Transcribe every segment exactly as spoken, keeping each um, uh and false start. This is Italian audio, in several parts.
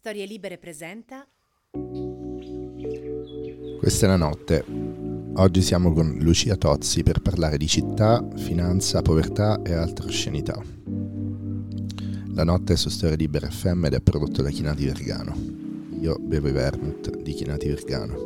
Storie Libere presenta Questa è la notte. Oggi siamo con Lucia Tozzi per parlare di città, finanza, povertà e altre oscenità. La notte è su Storie Libere F M ed è prodotto da Chinati Vergano. Io bevo i vermouth di Chinati Vergano.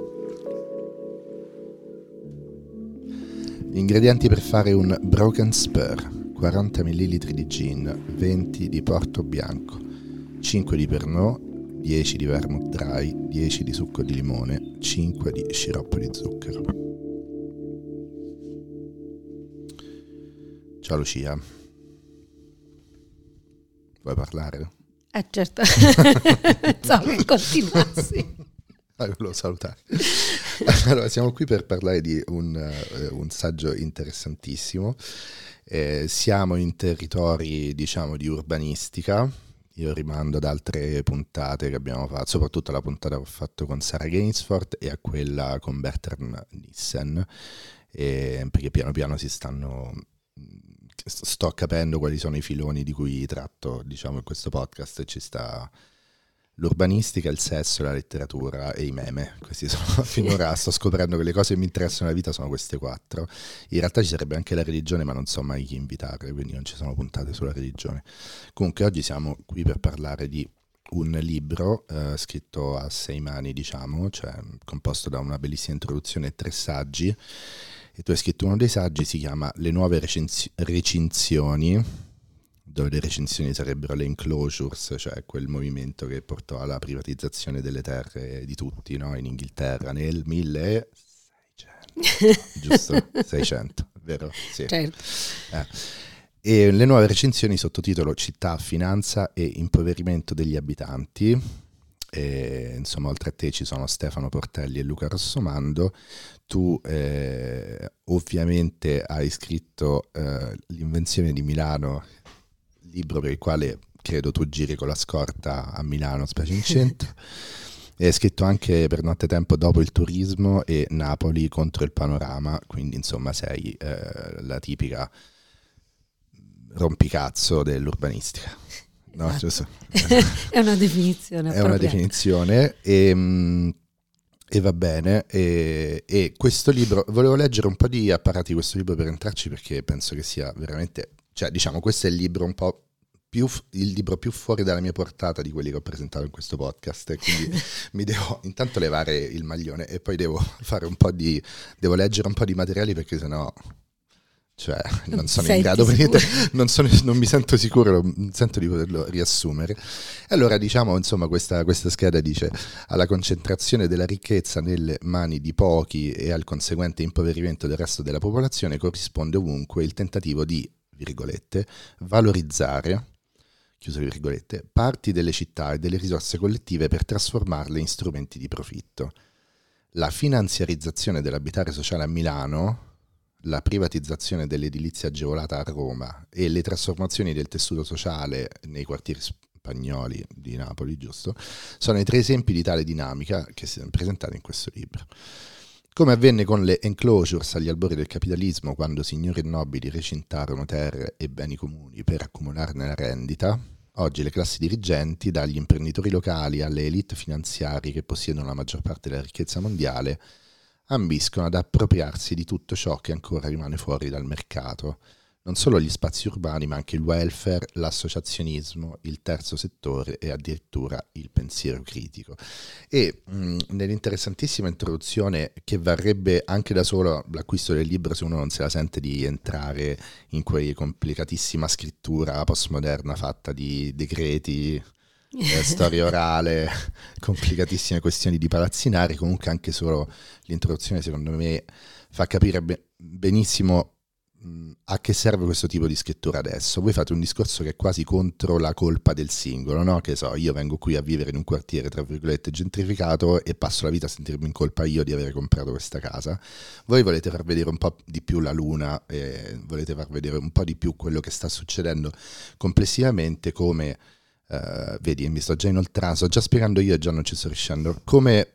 Gli ingredienti per fare un Broken Spur: quaranta millilitri di gin, venti di porto bianco, cinque di Pernod, dieci di vermouth dry, dieci di succo di limone, cinque di sciroppo di zucchero. Ciao Lucia. Vuoi parlare? Eh certo, so che continuassi. Volevo salutare. Allora, siamo qui per parlare di un, uh, un saggio interessantissimo. Eh, siamo in territori, diciamo, di urbanistica. Io rimando ad altre puntate che abbiamo fatto, soprattutto la puntata che ho fatto con Sarah Gainsford e a quella con Bertrand Nissen, e perché piano piano si stanno... sto capendo quali sono i filoni di cui tratto, diciamo, in questo podcast. Ci sta l'urbanistica, il sesso, la letteratura e i meme. Questi sono, finora sto scoprendo che le cose che mi interessano nella vita sono queste quattro. In realtà ci sarebbe anche la religione, ma non so mai chi invitare, quindi non ci sono puntate sulla religione. Comunque oggi siamo qui per parlare di un libro eh, scritto a sei mani, diciamo, cioè composto da una bellissima introduzione e tre saggi. E tu hai scritto uno dei saggi, si chiama Le nuove recensi- recinzioni, dove le recinzioni sarebbero le enclosures, cioè quel movimento che portò alla privatizzazione delle terre di tutti, no? In Inghilterra nel milleseicento, giusto? seicento, vero? Sì. Certo. Eh. E le nuove recinzioni, sottotitolo Città, finanza e impoverimento degli abitanti. E, insomma, oltre a te ci sono Stefano Portelli e Luca Rossomando. Tu eh, ovviamente hai scritto eh, L'invenzione di Milano, libro per il quale credo tu giri con la scorta a Milano, specie in centro. E hai scritto anche Per Nottetempo dopo il turismo e Napoli contro il panorama, quindi insomma sei eh, la tipica rompicazzo dell'urbanistica. No, Esatto. È una definizione. È una definizione e, e va bene. E, e questo libro, volevo leggere un po' di apparati di questo libro per entrarci, perché penso che sia veramente, cioè diciamo questo è il libro un po' più, il libro più fuori dalla mia portata di quelli che ho presentato in questo podcast, e quindi mi devo intanto levare il maglione e poi devo fare un po' di, devo leggere un po' di materiali, perché sennò... cioè non sono Senti in grado per niente, non, sono, non mi sento sicuro, non sento di poterlo riassumere. Allora diciamo, insomma, questa, questa scheda dice: alla concentrazione della ricchezza nelle mani di pochi e al conseguente impoverimento del resto della popolazione corrisponde ovunque il tentativo di, virgolette, valorizzare, chiuse le virgolette, parti delle città e delle risorse collettive per trasformarle in strumenti di profitto. La finanziarizzazione dell'abitare sociale a Milano, la privatizzazione dell'edilizia agevolata a Roma e le trasformazioni del tessuto sociale nei quartieri spagnoli di Napoli, giusto, sono i tre esempi di tale dinamica che si sono presentati in questo libro. Come avvenne con le enclosures agli albori del capitalismo, quando signori e nobili recintarono terre e beni comuni per accumularne la rendita, oggi le classi dirigenti, dagli imprenditori locali alle elite finanziarie che possiedono la maggior parte della ricchezza mondiale, ambiscono ad appropriarsi di tutto ciò che ancora rimane fuori dal mercato. Non solo gli spazi urbani, ma anche il welfare, l'associazionismo, il terzo settore e addirittura il pensiero critico. E mh, nell'interessantissima introduzione, che varrebbe anche da solo l'acquisto del libro se uno non se la sente di entrare in quella complicatissima scrittura postmoderna fatta di decreti, eh, storia orale, complicatissime questioni di palazzinari, comunque anche solo l'introduzione secondo me fa capire be- benissimo mh, a che serve questo tipo di scrittura adesso. Voi fate un discorso che è quasi contro la colpa del singolo, no? Che so, io vengo qui a vivere in un quartiere tra virgolette gentrificato e passo la vita a sentirmi in colpa io di aver comprato questa casa. Voi volete far vedere un po' di più la luna, e volete far vedere un po' di più quello che sta succedendo complessivamente, come Uh, vedi, mi sto già inoltrando, sto già spiegando io e già non ci sto riuscendo, come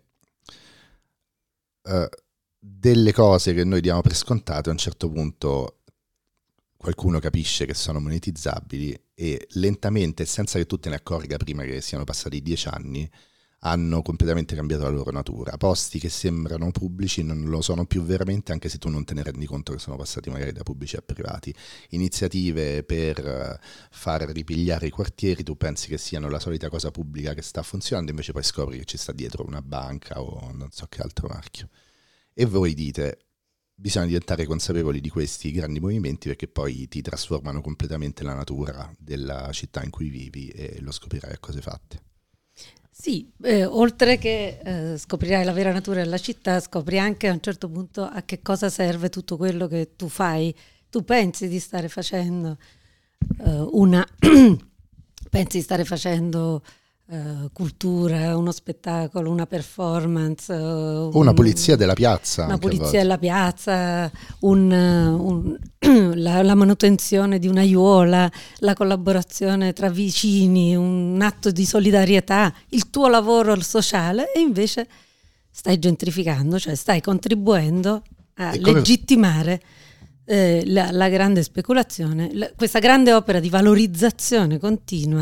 uh, delle cose che noi diamo per scontate a un certo punto qualcuno capisce che sono monetizzabili e lentamente, senza che tu te ne accorga prima che siano passati dieci anni, hanno completamente cambiato la loro natura. Posti che sembrano pubblici non lo sono più veramente, anche se tu non te ne rendi conto che sono passati magari da pubblici a privati. Iniziative per far ripigliare i quartieri, tu pensi che siano la solita cosa pubblica che sta funzionando, invece poi scopri che ci sta dietro una banca o non so che altro marchio. E voi dite, bisogna diventare consapevoli di questi grandi movimenti, perché poi ti trasformano completamente la natura della città in cui vivi e lo scoprirai a cose fatte. Sì, eh, oltre che eh, scoprirai la vera natura della città, scopri anche a un certo punto a che cosa serve tutto quello che tu fai. Tu pensi di stare facendo eh, una pensi di stare facendo eh, cultura, uno spettacolo, una performance, eh, una un, pulizia della piazza. Una pulizia della piazza, un, un, la, la manutenzione di un'aiuola, la collaborazione tra vicini, un atto di solidarietà, il tuo lavoro sociale, e invece stai gentrificando, cioè stai contribuendo a come... legittimare eh, la, la grande speculazione, la, questa grande opera di valorizzazione continua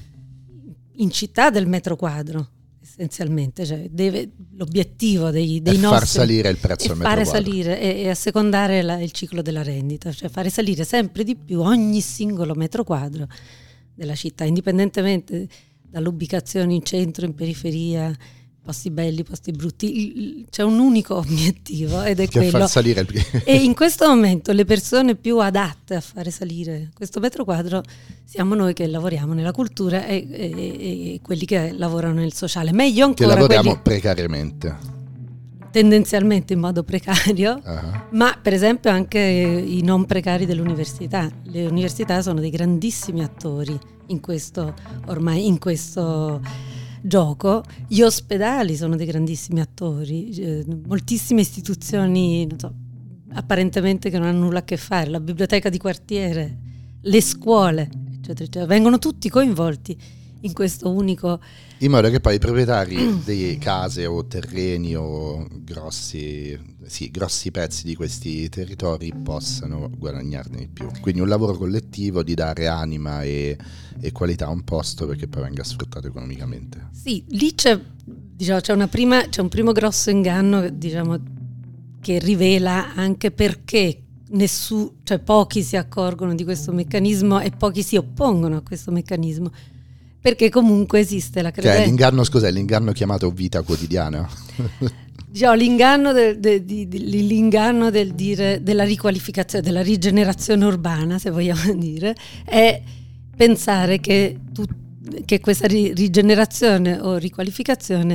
in città del metro quadro. Essenzialmente, cioè deve, l'obiettivo dei, dei è nostri far salire il prezzo al metro fare quadro. salire e, e assecondare la, il ciclo della rendita, cioè fare salire sempre di più ogni singolo metro quadro della città, indipendentemente dall'ubicazione in centro, in periferia, posti belli, posti brutti. C'è un unico obiettivo ed è che quello far salire il... e in questo momento le persone più adatte a fare salire questo metro quadro siamo noi che lavoriamo nella cultura e, e, e quelli che lavorano nel sociale, meglio ancora che lavoriamo quelli precariamente, tendenzialmente in modo precario, uh-huh. ma per esempio anche i non precari dell'università. Le università sono dei grandissimi attori in questo ormai in questo gioco. Gli ospedali sono dei grandissimi attori, eh, moltissime istituzioni, non so, apparentemente che non hanno nulla a che fare, la biblioteca di quartiere, le scuole, eccetera, eccetera, vengono tutti coinvolti in questo unico, in modo che poi i proprietari di case o terreni o grossi, sì, grossi pezzi di questi territori possano guadagnarne di più. Quindi un lavoro collettivo di dare anima e, e qualità a un posto perché poi venga sfruttato economicamente. Sì, lì c'è, diciamo, c'è una prima, c'è un primo grosso inganno, diciamo, che rivela anche perché nessuno, cioè pochi si accorgono di questo meccanismo e pochi si oppongono a questo meccanismo. Perché comunque esiste la credenza. Cioè l'inganno, scusate, l'inganno chiamato vita quotidiana? Diciamo, l'inganno, de, de, de, de, l'inganno del dire della riqualificazione, della rigenerazione urbana, se vogliamo dire, è pensare che, tu, che questa ri, rigenerazione o riqualificazione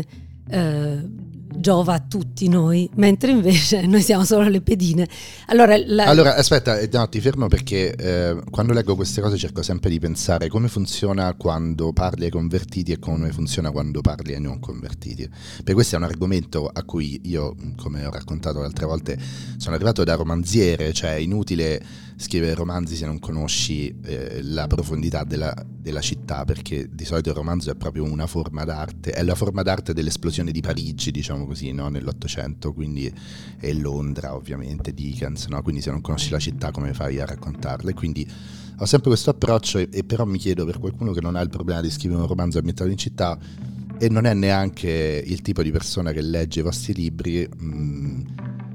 eh, giova a tutti noi, mentre invece noi siamo solo le pedine. Allora, la... allora aspetta, no, ti fermo perché eh, quando leggo queste cose cerco sempre di pensare come funziona quando parli ai convertiti e come funziona quando parli ai non convertiti. Perché questo è un argomento a cui io, come ho raccontato altre volte, sono arrivato da romanziere, cioè è inutile scrivere romanzi se non conosci eh, la profondità della, della città, perché di solito il romanzo è proprio una forma d'arte, è la forma d'arte dell'esplosione di Parigi, diciamo così, no? Nell'Ottocento, quindi è Londra ovviamente, Dickens, no? Quindi se non conosci la città come fai a raccontarla? E quindi ho sempre questo approccio e, e però mi chiedo, per qualcuno che non ha il problema di scrivere un romanzo ambientato in città e non è neanche il tipo di persona che legge i vostri libri, mh,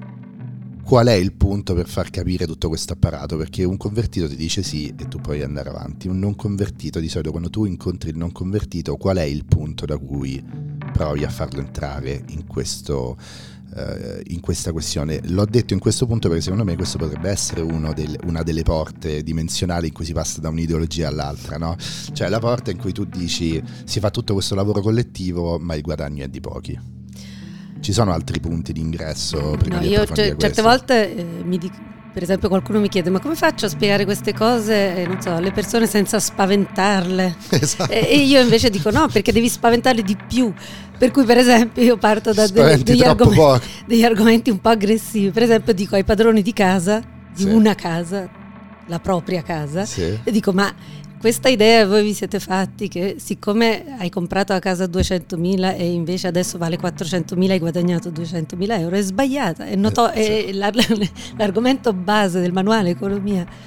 qual è il punto per far capire tutto questo apparato? Perché un convertito ti dice sì e tu puoi andare avanti, un non convertito, di solito quando tu incontri il non convertito, qual è il punto da cui provi a farlo entrare in questo eh, in questa questione? L'ho detto in questo punto perché secondo me questo potrebbe essere uno del, una delle porte dimensionali in cui si passa da un'ideologia all'altra, no? Cioè la porta in cui tu dici si fa tutto questo lavoro collettivo ma il guadagno è di pochi. Ci sono altri punti di ingresso prima no, di io approfondire c- certe questo? volte eh, mi dico, per esempio qualcuno mi chiede ma come faccio a spiegare queste cose eh, non so, alle persone senza spaventarle? Esatto. E, e io invece dico no, perché devi spaventarle di più, per cui per esempio io parto da de- degli, argomenti, degli argomenti un po' aggressivi. Per esempio dico ai padroni di casa, di sì. una casa, la propria casa, sì. e dico ma questa idea voi vi siete fatti che siccome hai comprato la casa a duecentomila e invece adesso vale quattrocentomila, hai guadagnato duecentomila euro, è sbagliata. È noto- eh, sì. è l'argomento base del manuale economia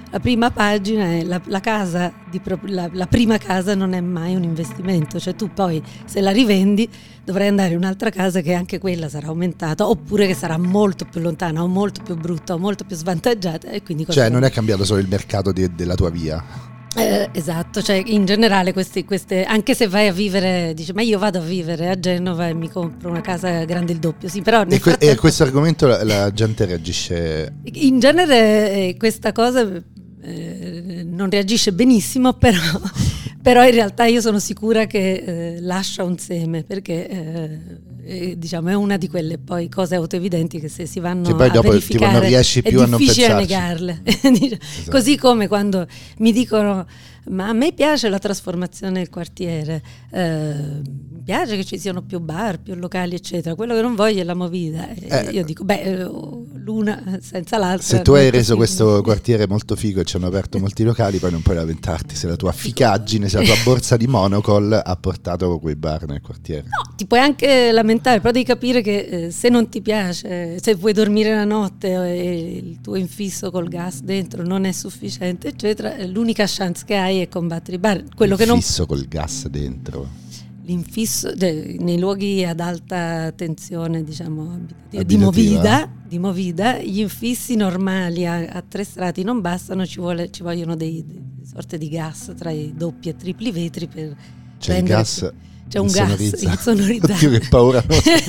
la prima pagina è la, la casa di, la, la prima casa non è mai un investimento, cioè tu poi se la rivendi dovrai andare in un'altra casa che anche quella sarà aumentata, oppure che sarà molto più lontana o molto più brutta o molto più svantaggiata, e quindi cioè non è cambiato solo il mercato di, della tua via. Eh, esatto, cioè in generale questi, queste, anche se vai a vivere, dici ma io vado a vivere a Genova e mi compro una casa grande il doppio, sì, però nel e, que- frattempo, e a questo argomento la, la gente reagisce in genere eh, questa cosa eh, non reagisce benissimo, però, però in realtà io sono sicura che eh, lascia un seme, perché eh, eh, diciamo è una di quelle poi cose autoevidenti che se si vanno che poi a dopo, verificare tipo, non riesci più è a non difficile a pensarci. negarle. Esatto. Così come quando mi dicono ma a me piace la trasformazione del quartiere, eh, mi piace che ci siano più bar, più locali eccetera, quello che non voglio è la movida, eh, io dico beh l'una senza l'altra. Se tu hai reso questo quartiere molto figo e ci hanno aperto molti locali, poi non puoi lamentarti se la tua ficaggine, se la tua borsa di Monocol ha portato quei bar nel quartiere. No, ti puoi anche lamentare, però devi capire che eh, se non ti piace, se vuoi dormire la notte e il tuo infisso col gas dentro non è sufficiente eccetera, l'unica chance che hai è combattere i bar. Quello che non L'infisso col gas dentro. L'infisso de, nei luoghi ad alta tensione, diciamo, Abitativa. di movida, di movida, gli infissi normali a, a tre strati non bastano, ci, vuole, ci vogliono dei, dei sorte di gas tra i doppi e tripli vetri per c'è il gas, c'è un gas insonorizzato. Oddio, che paura.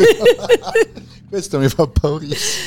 Questo mi fa paurissimo.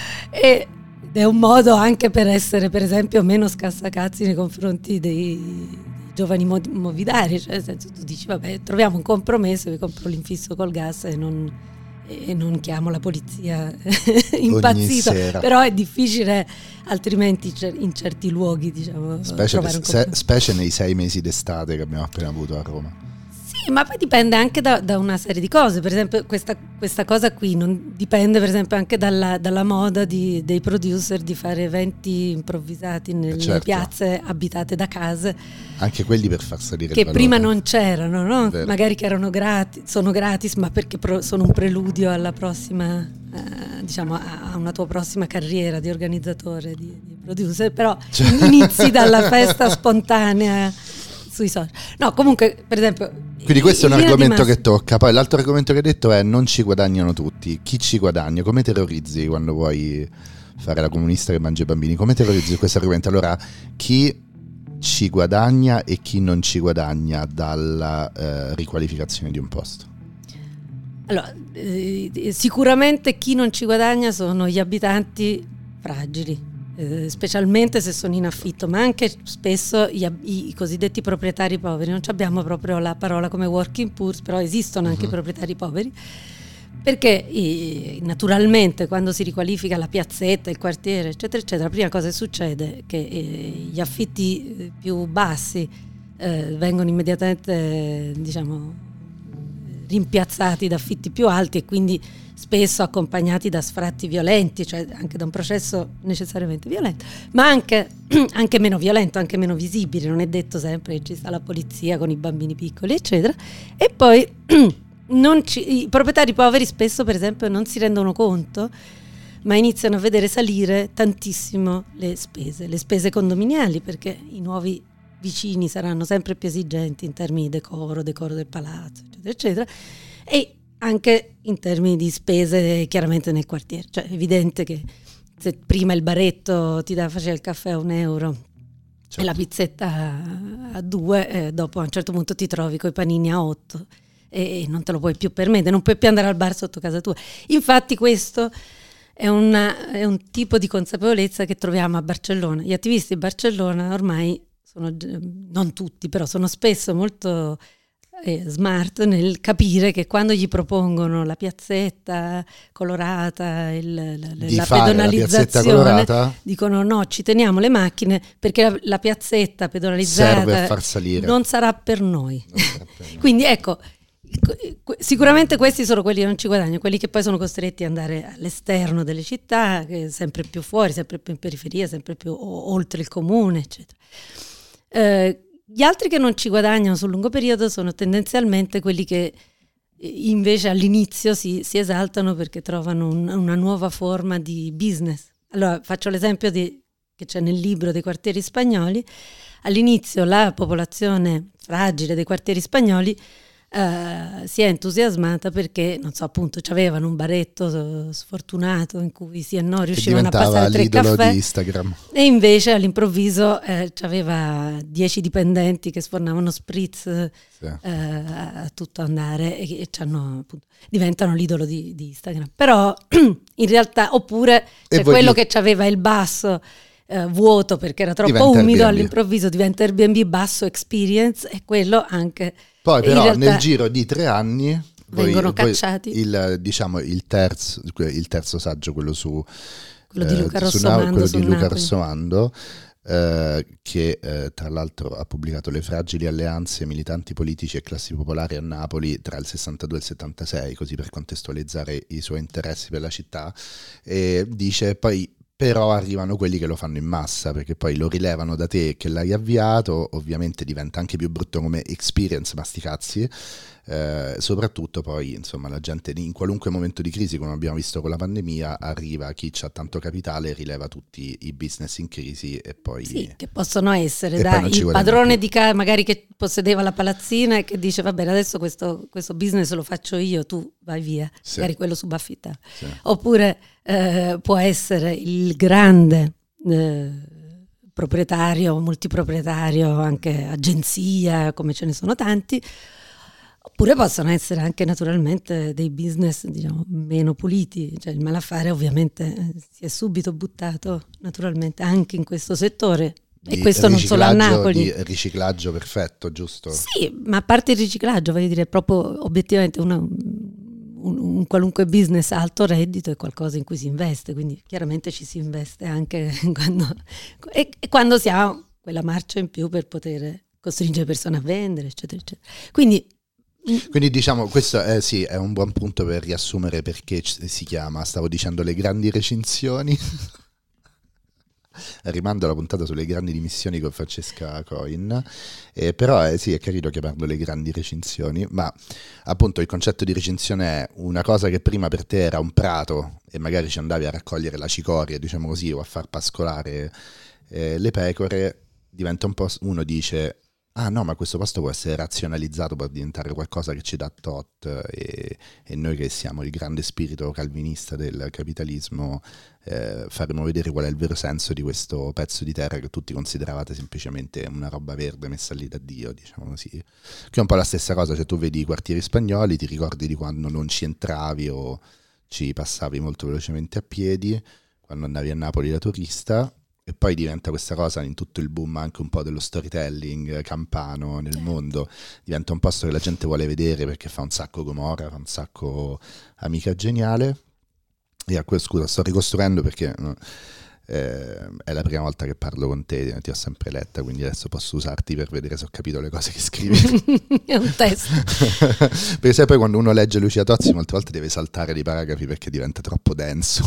E è un modo anche per essere, per esempio, meno scassacazzi nei confronti dei giovani movidari, cioè nel senso, tu dici vabbè troviamo un compromesso, vi compro l'infisso col gas e non, e non chiamo la polizia impazzita, però è difficile altrimenti in certi luoghi, diciamo, specie, trovare un se, specie nei sei mesi d'estate che abbiamo appena avuto a Roma. Sì, ma poi dipende anche da, da una serie di cose, per esempio questa, questa cosa qui non dipende per esempio anche dalla, dalla moda di, dei producer di fare eventi improvvisati nelle certo. piazze abitate da case, anche quelli per far salire che il valore. Prima non c'erano, no? Vero. Magari che erano gratis, sono gratis, ma perché pro, sono un preludio alla prossima, eh, diciamo a una tua prossima carriera di organizzatore, di, di producer, però cioè. inizi dalla festa spontanea sui social. No, comunque, per esempio, quindi questo è un argomento che tocca. Poi l'altro argomento che hai detto è non ci guadagnano tutti. Chi ci guadagna? Come terrorizzi quando vuoi fare la comunista che mangia i bambini? Come terrorizzi questo argomento? Allora, chi ci guadagna e chi non ci guadagna dalla eh, riqualificazione di un posto? Allora, eh, sicuramente chi non ci guadagna sono gli abitanti fragili, eh, specialmente se sono in affitto, ma anche spesso gli, i, i cosiddetti proprietari poveri. Non abbiamo proprio la parola come working poor, però esistono anche uh-huh. i proprietari poveri, perché eh, naturalmente quando si riqualifica la piazzetta, il quartiere eccetera eccetera, la prima cosa che succede è che eh, gli affitti più bassi eh, vengono immediatamente, diciamo, rimpiazzati da affitti più alti e quindi spesso accompagnati da sfratti violenti, cioè anche da un processo necessariamente violento, ma anche, anche meno violento, anche meno visibile. Non è detto sempre che ci sta la polizia con i bambini piccoli eccetera. E poi non ci, i proprietari poveri spesso per esempio non si rendono conto, ma iniziano a vedere salire tantissimo le spese, le spese condominiali, perché i nuovi vicini saranno sempre più esigenti in termini di decoro, decoro del palazzo, eccetera, eccetera, e anche in termini di spese chiaramente nel quartiere. Cioè è evidente che se prima il baretto ti dà faceva il caffè a un euro, certo, e la pizzetta a due, eh, dopo a un certo punto ti trovi coi panini a otto e non te lo puoi più permettere, non puoi più andare al bar sotto casa tua. Infatti questo è, una, è un tipo di consapevolezza che troviamo a Barcellona. Gli attivisti di Barcellona ormai sono, non tutti, però sono spesso molto eh, smart nel capire che quando gli propongono la piazzetta colorata, il, la, la pedonalizzazione, la dicono no, ci teniamo le macchine perché la, la piazzetta pedonalizzata serve a far salire, non sarà per noi. Sarà per noi. Quindi ecco, sicuramente questi sono quelli che non ci guadagnano, quelli che poi sono costretti ad andare all'esterno delle città, che sempre più fuori, sempre più in periferia, sempre più oltre il comune, eccetera. Eh, gli altri che non ci guadagnano sul lungo periodo sono tendenzialmente quelli che invece all'inizio si, si esaltano perché trovano un, una nuova forma di business. Allora faccio l'esempio di che c'è nel libro dei quartieri spagnoli, all'inizio la popolazione fragile dei quartieri spagnoli Uh, si è entusiasmata perché, non so, appunto, c'avevano un baretto sfortunato in cui sì e no riuscivano a passare tre caffè di Instagram. E invece all'improvviso eh, c'aveva dieci dipendenti che sfornavano spritz sì. eh, a tutto andare e, e c'hanno, appunto, diventano l'idolo di, di Instagram. Però in realtà, oppure c'è cioè quello di... che c'aveva il basso Uh, vuoto perché era troppo diventa umido, Airbnb. All'improvviso diventa Airbnb basso experience, e quello anche poi però nel giro di tre anni vengono voi, cacciati voi il, diciamo il terzo, il terzo saggio, quello su quello di Luca eh, Rossomando, quello di Luca Napoli. Rossomando eh, che eh, tra l'altro ha pubblicato Le fragili alleanze, militanti politici e classi popolari a Napoli tra il sessantadue e il settantasei, così per contestualizzare i suoi interessi per la città, e dice poi però arrivano quelli che lo fanno in massa, perché poi lo rilevano da te che l'hai avviato, ovviamente diventa anche più brutto come experience, ma sti cazzi, eh, soprattutto poi insomma la gente in qualunque momento di crisi, come abbiamo visto con la pandemia, arriva chi ha tanto capitale, rileva tutti i business in crisi e poi... Sì, che possono essere da il padrone di casa magari che possedeva la palazzina e che dice va bene, adesso questo, questo business lo faccio io, tu vai via, sì. Magari quello subaffittato. Sì. Oppure eh, può essere il grande eh, proprietario, multiproprietario, anche agenzia, come ce ne sono tanti. Oppure possono essere anche naturalmente dei business, diciamo, meno puliti, cioè il malaffare ovviamente si è subito buttato naturalmente anche in questo settore. E questo non solo a Napoli. Di riciclaggio perfetto, giusto? Sì, ma a parte il riciclaggio, voglio dire, proprio obiettivamente una, un, un qualunque business a alto reddito è qualcosa in cui si investe, quindi chiaramente ci si investe anche quando, e, e quando si ha quella marcia in più per poter costringere persone a vendere, eccetera, eccetera. Quindi Quindi diciamo, questo è, sì, è un buon punto per riassumere perché si chiama, stavo dicendo, le grandi recinzioni. Rimando alla puntata sulle grandi dimissioni con Francesca Coin, eh, però eh, sì, è carino chiamarlo le grandi recinzioni, ma appunto il concetto di recinzione è una cosa che prima per te era un prato e magari ci andavi a raccogliere la cicoria, diciamo così, o a far pascolare eh, le pecore, diventa un po', uno dice... ah no, ma questo posto può essere razionalizzato, può diventare qualcosa che ci dà tot, e, e noi che siamo il grande spirito calvinista del capitalismo eh, faremo vedere qual è il vero senso di questo pezzo di terra che tutti consideravate semplicemente una roba verde messa lì da Dio, diciamo così. Che è un po' la stessa cosa, cioè tu vedi i quartieri spagnoli, ti ricordi di quando non ci entravi o ci passavi molto velocemente a piedi, quando andavi a Napoli da turista. E poi diventa questa cosa in tutto il boom anche un po' dello storytelling campano nel mondo, diventa un posto che la gente vuole vedere perché fa un sacco Gomorra, fa un sacco Amica Geniale. E a questo, scusa, sto ricostruendo perché eh, è la prima volta che parlo con te, ti ho sempre letta, quindi adesso posso usarti per vedere se ho capito le cose che scrivi. È un test. Perché sai, poi quando uno legge Lucia Tozzi molte volte deve saltare dei paragrafi perché diventa troppo denso.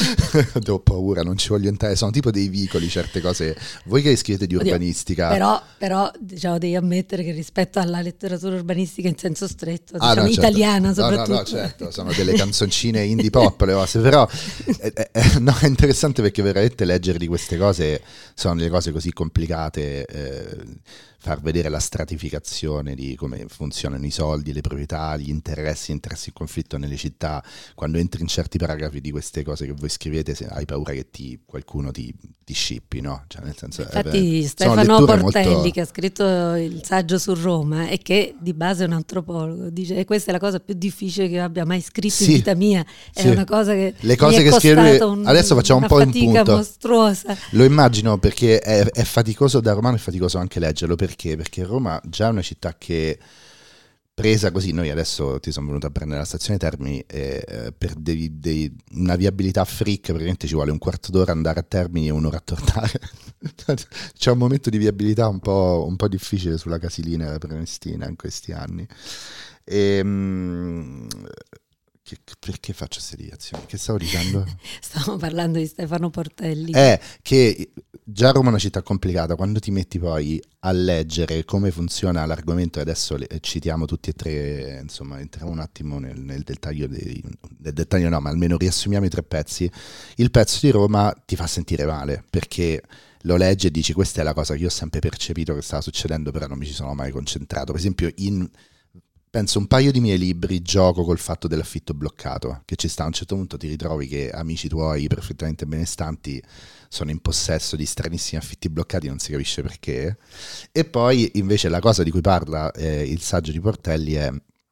Ho paura, non ci voglio entrare, sono tipo dei vicoli certe cose. Voi che scrivete di urbanistica... Oddio, però, però diciamo, devi ammettere che rispetto alla letteratura urbanistica in senso stretto, ah, diciamo, no, certo. italiana soprattutto. No, no, no, certo, sono delle canzoncine indie pop le cose, però è, è, è, no, è interessante perché veramente leggere di queste cose sono delle cose così complicate, eh, far vedere la stratificazione di come funzionano i soldi, le proprietà, gli interessi, interessi in conflitto nelle città. Quando entri in certi paragrafi di queste cose che voi scrivete, se hai paura che ti, qualcuno ti, ti scippi, no? Cioè, nel senso, infatti eh, Stefano Portelli molto... che ha scritto il saggio su Roma e che di base è un antropologo, dice e questa è la cosa più difficile che abbia mai scritto sì, in vita mia, è sì. una cosa che le cose che scrive un, adesso facciamo un po' un punto mostruosa. Lo immagino perché è, è faticoso da romano, è faticoso anche leggerlo perché perché Roma già è una città che presa così, noi adesso ti sono venuto a prendere la stazione Termini eh, per dei, dei, una viabilità freak praticamente ci vuole un quarto d'ora andare a Termini e un'ora a tornare. C'è un momento di viabilità un po', un po' difficile sulla Casilina e la Prenestina in questi anni. E, mh, che, Perché faccio queste dichiarazioni? Che stavo dicendo? Stavo parlando di Stefano Portelli. È che già Roma è una città complicata, quando ti metti poi a leggere come funziona l'argomento, e adesso le, citiamo tutti e tre, insomma entriamo un attimo nel, nel dettaglio, dei, nel dettaglio no, ma almeno riassumiamo i tre pezzi, il pezzo di Roma ti fa sentire male, perché lo leggi e dici questa è la cosa che io ho sempre percepito che stava succedendo, però non mi ci sono mai concentrato. Per esempio in... penso un paio di miei libri gioco col fatto dell'affitto bloccato, che ci sta a un certo punto ti ritrovi che amici tuoi perfettamente benestanti sono in possesso di stranissimi affitti bloccati, non si capisce perché. E poi invece la cosa di cui parla eh, il saggio di Portelli è,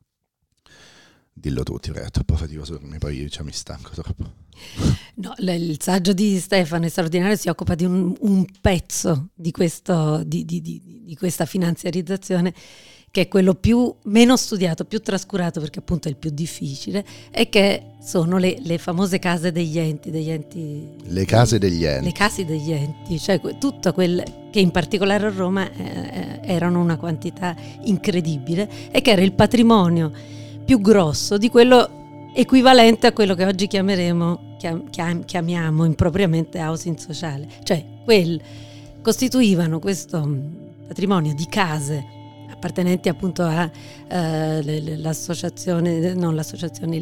dillo tu, ti prego, è troppo faticoso per me, poi cioè, mi stanco troppo. No, il saggio di Stefano è straordinario, si occupa di un, un pezzo di, questo, di, di, di, di questa finanziarizzazione, che è quello più meno studiato, più trascurato, perché appunto è il più difficile, e che sono le, le famose case degli enti, degli enti. Le case degli enti. Le case degli enti, cioè tutto quel che in particolare a Roma eh, erano una quantità incredibile e che era il patrimonio più grosso di quello equivalente a quello che oggi chiameremo, chiam, chiam, chiamiamo impropriamente housing sociale, cioè quel, costituivano questo patrimonio di case appartenenti appunto a uh, l'associazione, non l'associazione,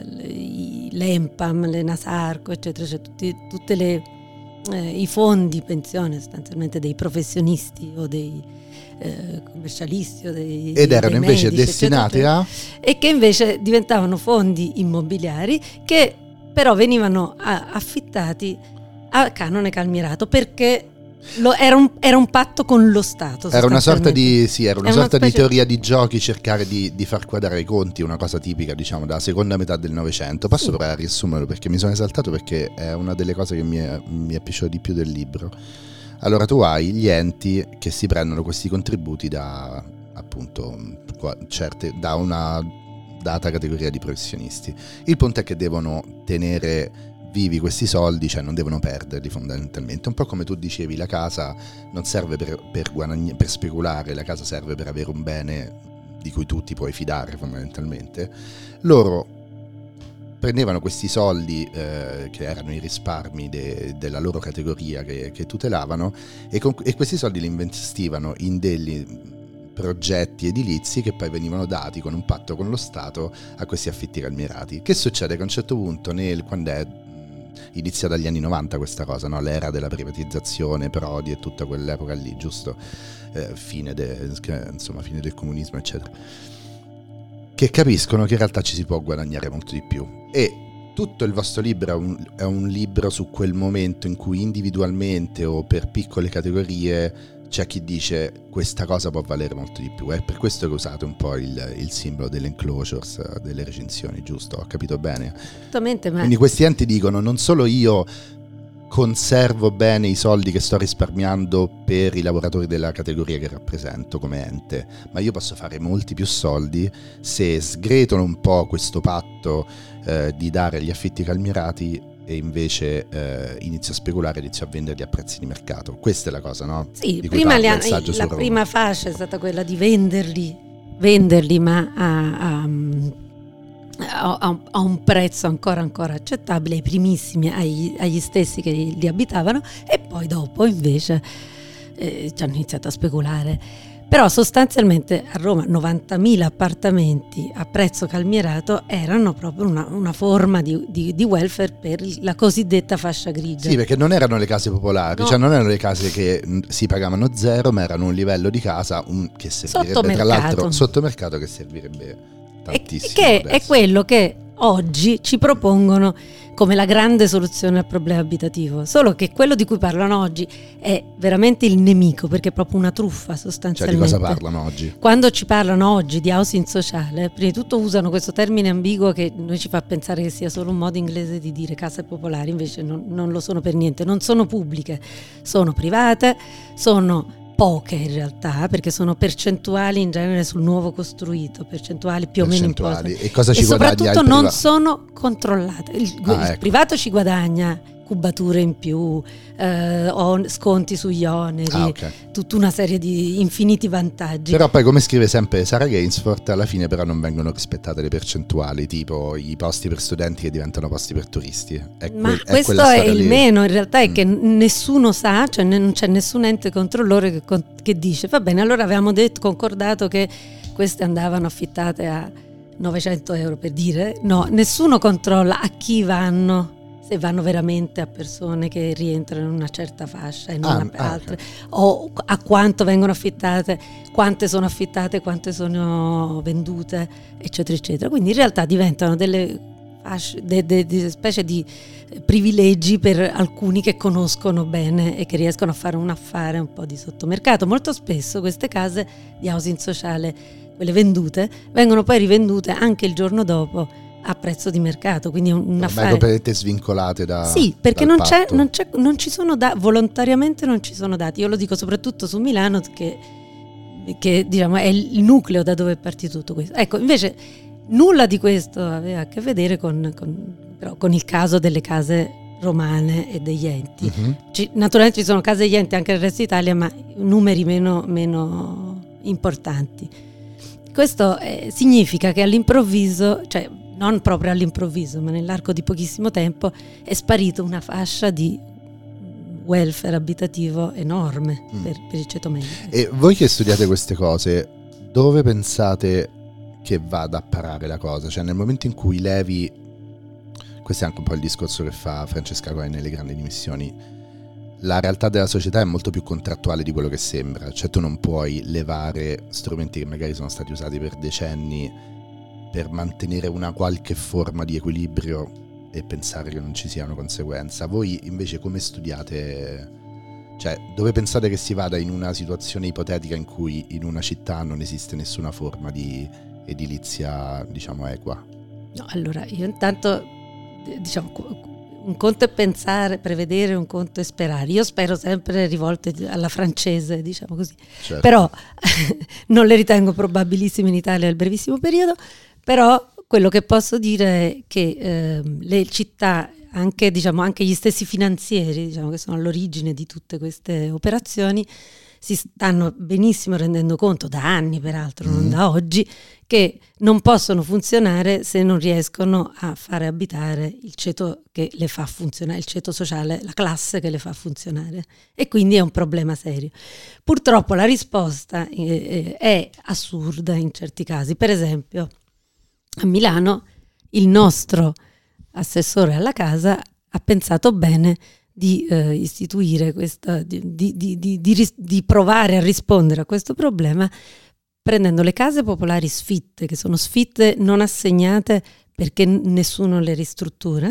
l'Empam, le Nasarco, eccetera, cioè tutti, tutte le eh, i fondi pensione sostanzialmente dei professionisti o dei eh, commercialisti o dei ed erano dei invece medici, destinati eccetera, a e che invece diventavano fondi immobiliari che però venivano a, affittati a canone calmierato, perché Lo, era, un, era un patto con lo Stato. Era una sorta di sì, era una sorta una di specie... teoria di giochi, cercare di, di far quadrare i conti, una cosa tipica, diciamo, della seconda metà del Novecento. Posso sì. provare a riassumerlo perché mi sono esaltato, perché è una delle cose che mi è, mi è piaciuto di più del libro. Allora, tu hai gli enti che si prendono questi contributi da appunto certe, da una data categoria di professionisti. Il punto è che devono tenere vivi questi soldi, cioè non devono perderli fondamentalmente. Un po' come tu dicevi, la casa non serve per, per, guadagn- per speculare, la casa serve per avere un bene di cui tu ti puoi fidare fondamentalmente. Loro prendevano questi soldi eh, che erano i risparmi de- della loro categoria che, che tutelavano e, con- e questi soldi li investivano in degli progetti edilizi che poi venivano dati con un patto con lo Stato a questi affitti calmierati. Che succede? Che a un certo punto, nel, quando è inizia dagli anni novanta questa cosa, no? L'era della privatizzazione, Prodi e tutta quell'epoca lì, giusto? Eh, fine, de, insomma, fine del comunismo, eccetera. Che capiscono che in realtà ci si può guadagnare molto di più. E tutto il vostro libro è un, è un libro su quel momento in cui individualmente o per piccole categorie c'è chi dice questa cosa può valere molto di più. È per questo che usate un po' il, il simbolo delle enclosures, delle recensioni, giusto? Ho capito bene? Esattamente, ma... Quindi questi enti dicono non solo io conservo bene i soldi che sto risparmiando per i lavoratori della categoria che rappresento come ente, ma io posso fare molti più soldi se sgretolo un po' questo patto eh, di dare gli affitti calmierati e invece eh, inizio a speculare, inizio a venderli a prezzi di mercato. Questa è la cosa, no? Sì, prima li ha, la prima fascia è stata quella di venderli, venderli ma a, a, a, a un prezzo ancora ancora accettabile, ai primissimi, agli, agli stessi che li abitavano, e poi dopo invece eh, ci hanno iniziato a speculare. Però sostanzialmente a Roma novantamila appartamenti a prezzo calmierato erano proprio una, una forma di, di, di welfare per la cosiddetta fascia grigia. Sì, perché non erano le case popolari, no. Cioè non erano le case che si pagavano zero, ma erano un livello di casa un, che servirebbe tra l'altro sotto mercato, che servirebbe tantissimo. E che adesso. È quello che oggi ci propongono come la grande soluzione al problema abitativo, solo che quello di cui parlano oggi è veramente il nemico, perché è proprio una truffa sostanzialmente. Cioè di cosa parlano oggi? Quando ci parlano oggi di housing sociale, prima di tutto usano questo termine ambiguo che noi ci fa pensare che sia solo un modo inglese di dire case popolari, invece non, non lo sono per niente, non sono pubbliche, sono private, sono poche in realtà, perché sono percentuali in genere sul nuovo costruito, percentuali più o meno imposte. E cosa ci e guadagna soprattutto il non privato? sono controllate. Il, Ah, il ecco. privato ci guadagna cubature in più, eh, on- sconti sugli oneri, Ah, okay. tutta una serie di infiniti vantaggi. Però poi, come scrive sempre Sara Gainsford, alla fine però non vengono rispettate le percentuali, tipo i posti per studenti che diventano posti per turisti. È Ma quel- è questo quella è storia il lì. meno, in realtà è Mm. che nessuno sa, cioè non c'è nessun ente controllore che, con- che dice va bene, allora avevamo detto, concordato che queste andavano affittate a novecento euro, per dire. No, nessuno controlla a chi vanno, se vanno veramente a persone che rientrano in una certa fascia e non Ah, a ah, altre, ok. o a quanto vengono affittate, quante sono affittate, quante sono vendute, eccetera eccetera. Quindi in realtà diventano delle fasce, de, de, de specie di privilegi per alcuni che conoscono bene e che riescono a fare un affare un po' di sottomercato. Molto spesso queste case di housing sociale, quelle vendute, vengono poi rivendute anche il giorno dopo a prezzo di mercato, quindi un, un Ormai affare completamente svincolate da sì, perché dal non c'è, patto. non c'è, non ci sono da, volontariamente non ci sono dati. Io lo dico soprattutto su Milano, che, che diciamo è il nucleo da dove è partito tutto questo. Ecco, invece nulla di questo aveva a che vedere con, con, però, con il caso delle case romane e degli enti. Mhm. Ci, naturalmente ci sono case degli enti anche nel resto d'Italia, ma numeri meno, meno importanti. Questo eh, significa che all'improvviso, cioè non proprio all'improvviso, ma nell'arco di pochissimo tempo è sparita una fascia di welfare abitativo enorme Mm. per, per il ceto medio. E voi che studiate queste cose, dove pensate che vada a parare la cosa? Cioè, nel momento in cui levi, questo è anche un po' il discorso che fa Francesca Cohen nelle grandi dimissioni, la realtà della società è molto più contrattuale di quello che sembra. Cioè, tu non puoi levare strumenti che magari sono stati usati per decenni per mantenere una qualche forma di equilibrio e pensare che non ci sia una conseguenza. Voi invece come studiate? Cioè, dove pensate che si vada in una situazione ipotetica in cui in una città non esiste nessuna forma di edilizia, diciamo, equa? No, allora, io intanto, diciamo, un conto è pensare, prevedere, un conto è sperare. Io spero sempre rivolte alla francese, diciamo così. Certo. Però non le ritengo probabilissime in Italia nel brevissimo periodo. Però quello che posso dire è che eh, le città, anche, diciamo, anche gli stessi finanzieri, diciamo, che sono all'origine di tutte queste operazioni, si stanno benissimo rendendo conto, da anni peraltro, non Mm. da oggi, che non possono funzionare se non riescono a fare abitare il ceto che le fa funzionare, il ceto sociale, la classe che le fa funzionare. E quindi è un problema serio. Purtroppo la risposta eh, è assurda in certi casi. Per esempio, a Milano il nostro assessore alla casa ha pensato bene di eh, istituire questa, di, di, di, di, di, di provare a rispondere a questo problema prendendo le case popolari sfitte, che sono sfitte non assegnate perché nessuno le ristruttura,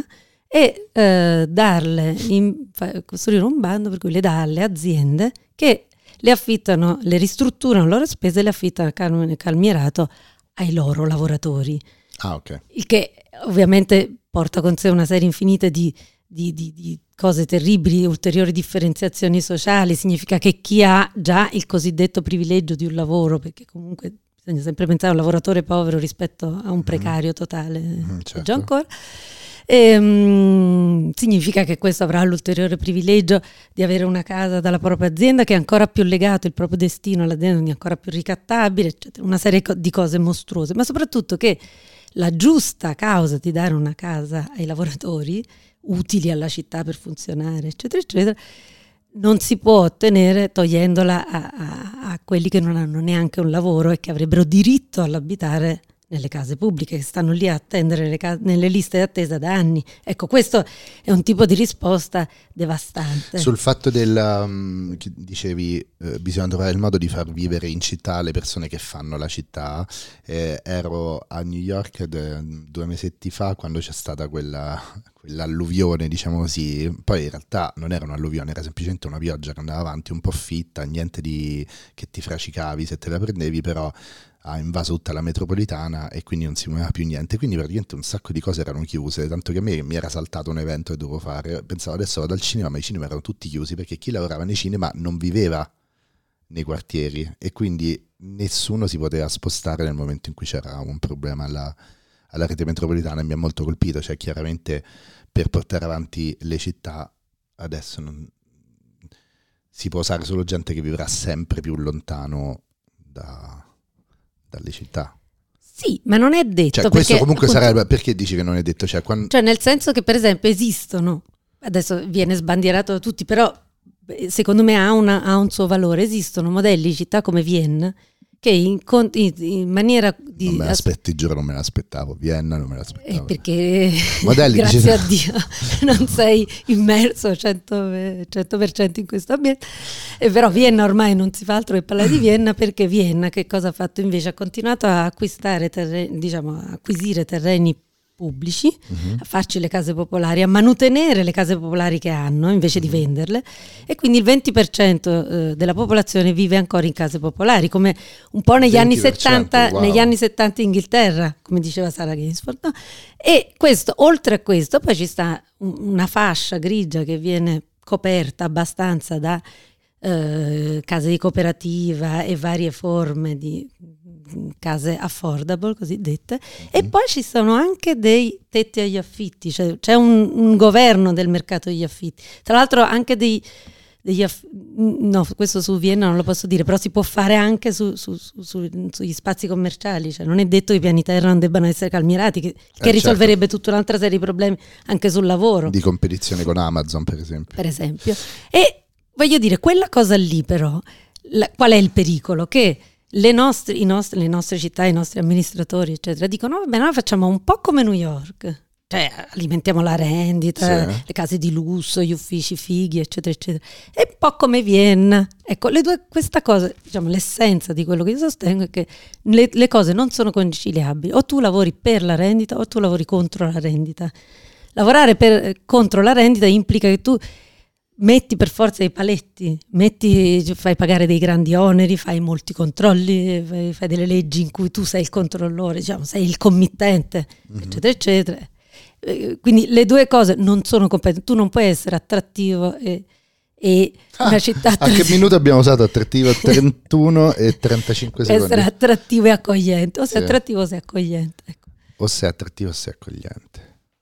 e eh, darle, in, fa, costruire un bando per cui le dà alle aziende che le affittano, le ristrutturano a loro spese e le affittano al calmierato ai loro lavoratori. Ah, ok. Il che ovviamente porta con sé una serie infinita di Di, di, di cose terribili, ulteriori differenziazioni sociali. Significa che chi ha già il cosiddetto privilegio di un lavoro, perché comunque bisogna sempre pensare a un lavoratore povero rispetto a un precario totale, Mm, certo. già ancora, e, um, significa che questo avrà l'ulteriore privilegio di avere una casa dalla propria azienda, che è ancora più legato il proprio destino all'azienda, quindi ancora più ricattabile, eccetera. Una serie di cose mostruose, ma soprattutto che la giusta causa di dare una casa ai lavoratori utili alla città per funzionare, eccetera, eccetera, non si può ottenere togliendola a, a, a quelli che non hanno neanche un lavoro e che avrebbero diritto all'abitare nelle case pubbliche, che stanno lì a attendere le case, nelle liste d'attesa da anni. Ecco, questo è un tipo di risposta devastante. Sul fatto del, um, che dicevi, eh, bisogna trovare il modo di far vivere in città le persone che fanno la città. Eh, ero a New York de, due mesetti fa, quando c'è stata quella, quell'alluvione, diciamo così. Poi in realtà non era un'alluvione, era semplicemente una pioggia che andava avanti un po' fitta, niente di che ti fracicavi se te la prendevi, però ha invaso tutta la metropolitana e quindi non si muoveva più niente, quindi praticamente un sacco di cose erano chiuse, tanto che a me mi era saltato un evento che dovevo fare, pensavo adesso vado al cinema, ma i cinema erano tutti chiusi perché chi lavorava nei cinema non viveva nei quartieri e quindi nessuno si poteva spostare nel momento in cui c'era un problema alla, alla rete metropolitana e mi ha molto colpito, cioè chiaramente per portare avanti le città adesso non, si può usare solo gente che vivrà sempre più lontano da, dalle città. Sì, ma non è detto. Cioè, questo perché, comunque appunto, sarebbe, perché dici che non è detto? Cioè, quando... cioè nel senso che per esempio esistono, adesso viene sbandierato da tutti, però secondo me ha, una, ha un suo valore, esistono modelli di città come Vienna che in, in, in maniera di... Non me l'aspetti, giuro, non me l'aspettavo. Vienna non me l'aspettavo. Eh, perché modelli, grazie dice... a Dio non sei immerso cento per cento in questo ambiente. E però Vienna ormai non si fa altro che parlare di Vienna, perché Vienna che cosa ha fatto invece? Ha continuato a acquistare terreni, diciamo, a acquisire terreni pubblici, uh-huh. a farci le case popolari, a manutenere le case popolari che hanno invece uh-huh. di venderle, e quindi il venti per cento della popolazione vive ancora in case popolari, come un po' negli anni settanta, wow. negli anni settanta in Inghilterra, come diceva Sarah Gainsford, no? E questo, oltre a questo, poi ci sta una fascia grigia che viene coperta abbastanza da eh, case di cooperativa e varie forme di case affordable cosiddette, mm-hmm. e poi ci sono anche dei tetti agli affitti, cioè c'è un, un governo del mercato degli affitti, tra l'altro anche dei, degli aff- no, questo su Vienna non lo posso dire, però si può fare anche su, su, su, su, sugli spazi commerciali, cioè non è detto che i piani terra non debbano essere calmierati, che, che eh, risolverebbe certo. tutta un'altra serie di problemi anche sul lavoro, di competizione con Amazon per esempio per esempio e voglio dire, quella cosa lì però, la, qual è il pericolo? Che Le nostre, i nostri, le nostre città, i nostri amministratori, eccetera, dicono: vabbè, noi facciamo un po' come New York, cioè alimentiamo la rendita, sì. le case di lusso, gli uffici fighi, eccetera, eccetera, e un po' come Vienna. Ecco, le due, questa cosa, diciamo, l'essenza di quello che io sostengo è che le, le cose non sono conciliabili. O tu lavori per la rendita o tu lavori contro la rendita. Lavorare per, contro la rendita implica che tu metti per forza i paletti, metti, fai pagare dei grandi oneri, fai molti controlli, fai, fai delle leggi in cui tu sei il controllore, diciamo, sei il committente, mm-hmm. eccetera, eccetera. Eh, quindi le due cose non sono compatibili. Tu non puoi essere attrattivo e, e ah, una città... A che minuto abbiamo usato attrattivo? trentuno e trentacinque secondi. Essere attrattivo e accogliente, o sei sì. attrattivo o sei accogliente. Ecco. O sei attrattivo o sei accogliente.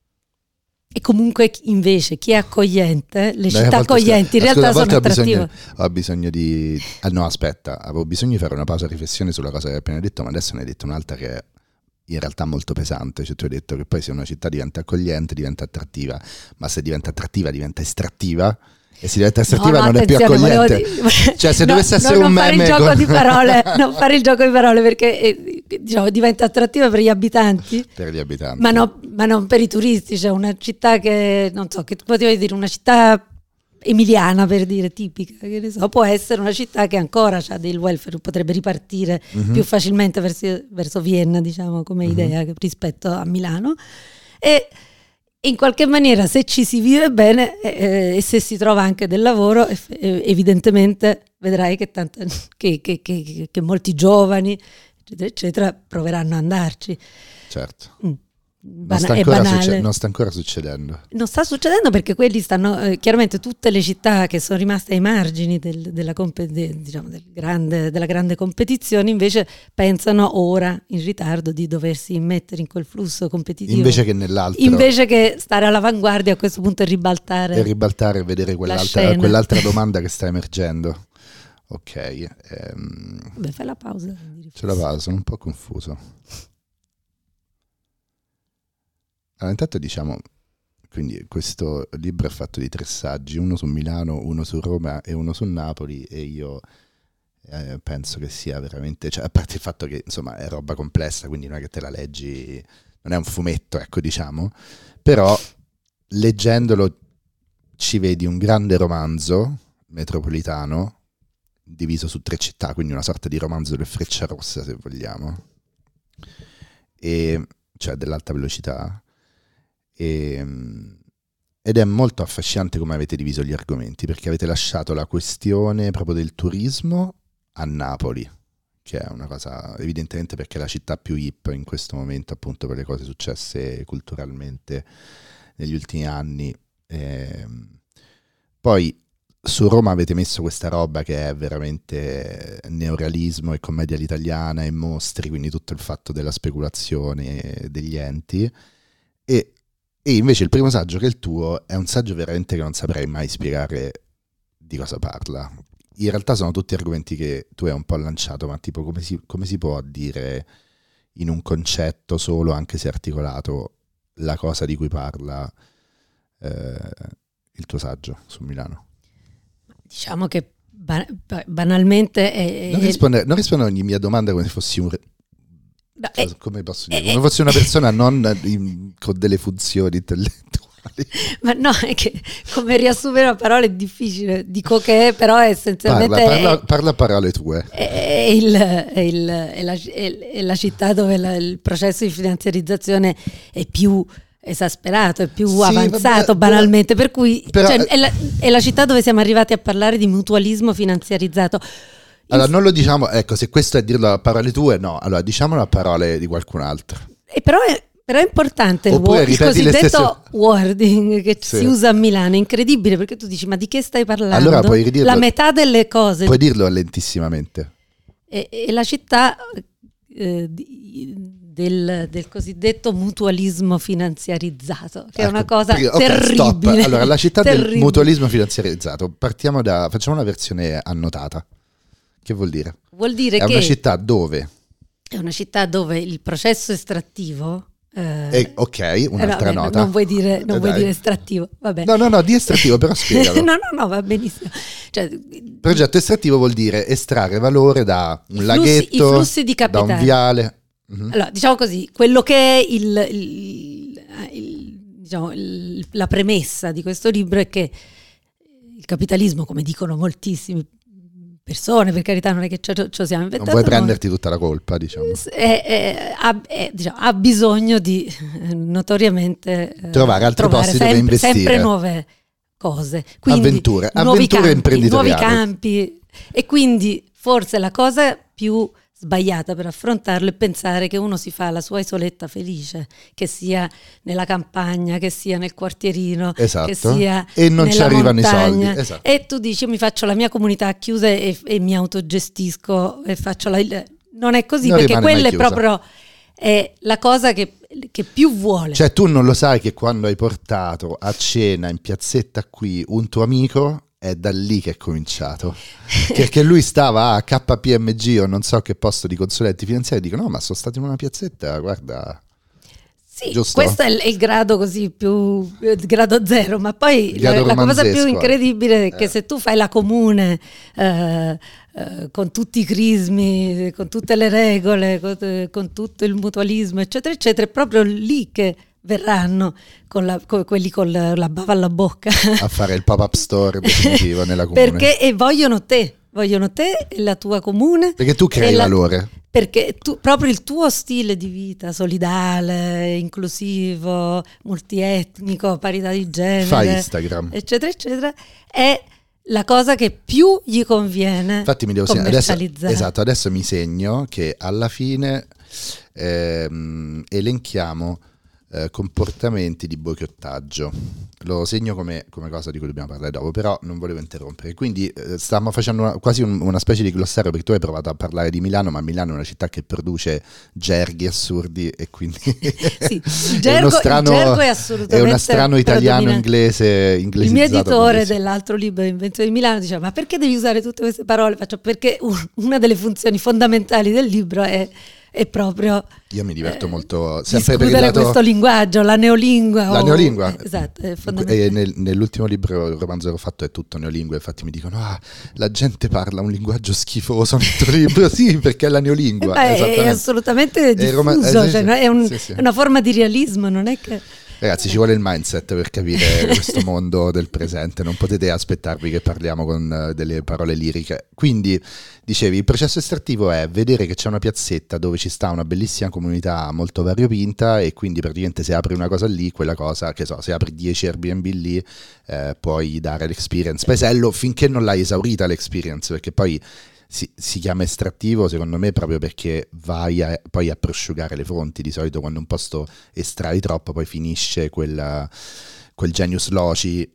E comunque invece chi è accogliente, le città accoglienti in realtà sono attrattive. Ho bisogno di... Ah, no, aspetta, avevo bisogno di fare una pausa riflessione sulla cosa che hai appena detto, ma adesso ne hai detto un'altra che è in realtà molto pesante. Cioè tu hai detto che poi se una città diventa accogliente diventa attrattiva, ma se diventa attrattiva diventa estrattiva, e se diventa estrattiva no, no, non è più accogliente. Di... Cioè se no, dovesse essere no, un non meme... Fare il gioco con... di parole, non fare il gioco di parole perché eh, diciamo, diventa attrattiva per gli abitanti. Per gli abitanti. Ma, no, ma non per i turisti. C'è una città che, non so, che potevo dire una città emiliana per dire, tipica, che ne so, può essere una città che ancora ha del welfare, potrebbe ripartire mm-hmm. più facilmente verso, verso Vienna, diciamo, come mm-hmm. idea rispetto a Milano. E in qualche maniera se ci si vive bene eh, e se si trova anche del lavoro, eh, evidentemente vedrai che, tanta, che, che, che, che molti giovani eccetera eccetera proveranno ad andarci. Certo. Mm. Non sta, ancora succe- non sta ancora succedendo. Non sta succedendo perché quelli stanno eh, chiaramente tutte le città che sono rimaste ai margini del, della, comp- de, diciamo, del grande, della grande competizione invece pensano ora in ritardo di doversi immettere in quel flusso competitivo invece che nell'altro, invece che stare all'avanguardia a questo punto e ribaltare e ribaltare e vedere quell'altra, quell'altra domanda che sta emergendo. Ok, ehm, beh, fai la pausa. C'è la pausa, sono un po' confuso. Allora, intanto diciamo, quindi questo libro è fatto di tre saggi, uno su Milano, uno su Roma e uno su Napoli, e io eh, penso che sia veramente, cioè, a parte il fatto che insomma è roba complessa, quindi non è che te la leggi, non è un fumetto, ecco, diciamo, però leggendolo ci vedi un grande romanzo metropolitano diviso su tre città, quindi una sorta di romanzo del Frecciarossa, se vogliamo, e cioè dell'alta velocità. E, ed è molto affascinante come avete diviso gli argomenti, perché avete lasciato la questione proprio del turismo a Napoli, che è una cosa evidentemente perché è la città più hip in questo momento, appunto per le cose successe culturalmente negli ultimi anni. E poi su Roma avete messo questa roba che è veramente neorealismo e commedia all'italiana e mostri, quindi tutto il fatto della speculazione degli enti, e, e invece il primo saggio, che è il tuo, è un saggio veramente che non saprei mai spiegare di cosa parla. In realtà sono tutti argomenti che tu hai un po' lanciato, ma tipo come si, come si può dire in un concetto solo, anche se articolato, la cosa di cui parla eh, il tuo saggio su Milano? Diciamo che ba- banalmente è, non, risponde, non rispondo a ogni mia domanda come se fossi un re... no, cioè, è, come posso dire? è, come fossi una persona non in, con delle funzioni intellettuali. Ma no, è che come riassumere a parole è difficile. Dico che però è essenzialmente parla, parla, è, parla a parole tue. È, il, è, il, è, la, è la città dove la, il processo di finanziarizzazione è più esasperato, è più sì, avanzato, vabbè, banalmente, per cui però, cioè, è, la, è la città dove siamo arrivati a parlare di mutualismo finanziarizzato. Allora non lo diciamo, ecco, se questo è dirlo a parole tue, no, allora diciamolo a parole di qualcun altro. E però è Però è importante il, word, il cosiddetto stesse... wording che sì. si usa a Milano, è incredibile, perché tu dici ma di che stai parlando? Allora puoi ridirlo, la metà delle cose. Puoi dirlo lentissimamente. E, e la città eh, di, del, del cosiddetto mutualismo finanziarizzato, che ecco, è una cosa okay, terribile. Stop. Allora, la città terribile. del mutualismo finanziarizzato, partiamo da, facciamo una versione annotata. Che vuol dire? Vuol dire è che una città dove? È una città dove il processo estrattivo Eh, eh, ok, un'altra eh, no, nota. Non vuoi dire, non eh, vuoi dire estrattivo, vabbè. No, no, no, di estrattivo, però spiegalo. no, no, no, va benissimo. Cioè, progetto estrattivo vuol dire estrarre valore da un i flussi, laghetto, i flussi di capitale. da un viale. Mm-hmm. Allora, diciamo così, quello che è il, il, il, diciamo, il, la premessa di questo libro è che il capitalismo, come dicono moltissimi persone, per carità, non è che ce lo siamo inventati. Non vuoi prenderti tutta la colpa, diciamo. È, è, ha, è, diciamo, ha bisogno di notoriamente trovare altri trovare posti sempre, dove investire. Sempre nuove cose. Quindi, avventure, nuovi avventure campi, imprenditoriali. Nuovi campi. E quindi forse la cosa più sbagliata per affrontarlo è pensare che uno si fa la sua isoletta felice, che sia nella campagna, che sia nel quartierino, esatto. che sia e non nella ci arrivano montagna. i soldi, esatto. E tu dici mi faccio la mia comunità chiusa e, e mi autogestisco e faccio la, non è così, non perché quella è proprio è la cosa che, che più vuole. Cioè tu non lo sai che quando hai portato a cena in piazzetta qui un tuo amico, è da lì che è cominciato, perché lui stava a K P M G o non so che posto di consulenti finanziari e dicono no ma sono stato in una piazzetta, guarda. Sì, giusto? Questo è il, è il grado così più il grado zero, ma poi la, la cosa più incredibile è che eh. se tu fai la comune eh, eh, con tutti i crismi, con tutte le regole, con, con tutto il mutualismo eccetera eccetera, è proprio lì che verranno con la, con quelli con la, la bava alla bocca a fare il pop-up store definitivo nella comune, perché e vogliono te vogliono te e la tua comune, perché tu crei la, valore, perché tu, proprio il tuo stile di vita solidale, inclusivo, multietnico, parità di genere, fa Instagram eccetera eccetera, è la cosa che più gli conviene. Infatti mi devo commercializzare. Adesso, esatto, adesso mi segno che alla fine ehm, elenchiamo Eh, comportamenti di boicottaggio. Lo segno come, come cosa di cui dobbiamo parlare dopo, però non volevo interrompere. Quindi eh, stiamo facendo una, quasi un, una specie di glossario, perché tu hai provato a parlare di Milano, ma Milano è una città che produce gerghi assurdi e quindi sì, il gergo, è uno strano, il gergo è assolutamente è uno strano italiano inglese inglesizzato. Il mio editore bellissimo. Dell'altro libro Invenzioni di Milano diceva ma perché devi usare tutte queste parole? Faccio perché una delle funzioni fondamentali del libro è è proprio io mi diverto eh, molto sempre per il lato questo linguaggio, la neolingua la o, neolingua eh, esatto, è e nel, nell'ultimo libro il romanzo che ho fatto è tutto neolingua, infatti mi dicono ah la gente parla un linguaggio schifoso nel tuo libro. Sì, perché è la neolingua, eh, è assolutamente diffuso, è, rom- eh, sì, cioè, è, un, sì, sì. è una forma di realismo, non è che ragazzi ci vuole il mindset per capire questo mondo del presente, non potete aspettarvi che parliamo con delle parole liriche. Quindi dicevi il processo estrattivo è vedere che c'è una piazzetta dove ci sta una bellissima comunità molto variopinta e quindi praticamente se apri una cosa lì, quella cosa, che so, se apri dieci Airbnb lì eh, puoi dare l'experience paesello finché non l'hai esaurita l'experience, perché poi Si, si chiama estrattivo secondo me proprio perché vai a, poi a prosciugare le fonti. Di solito quando un posto estrai troppo poi finisce quella, quel genius loci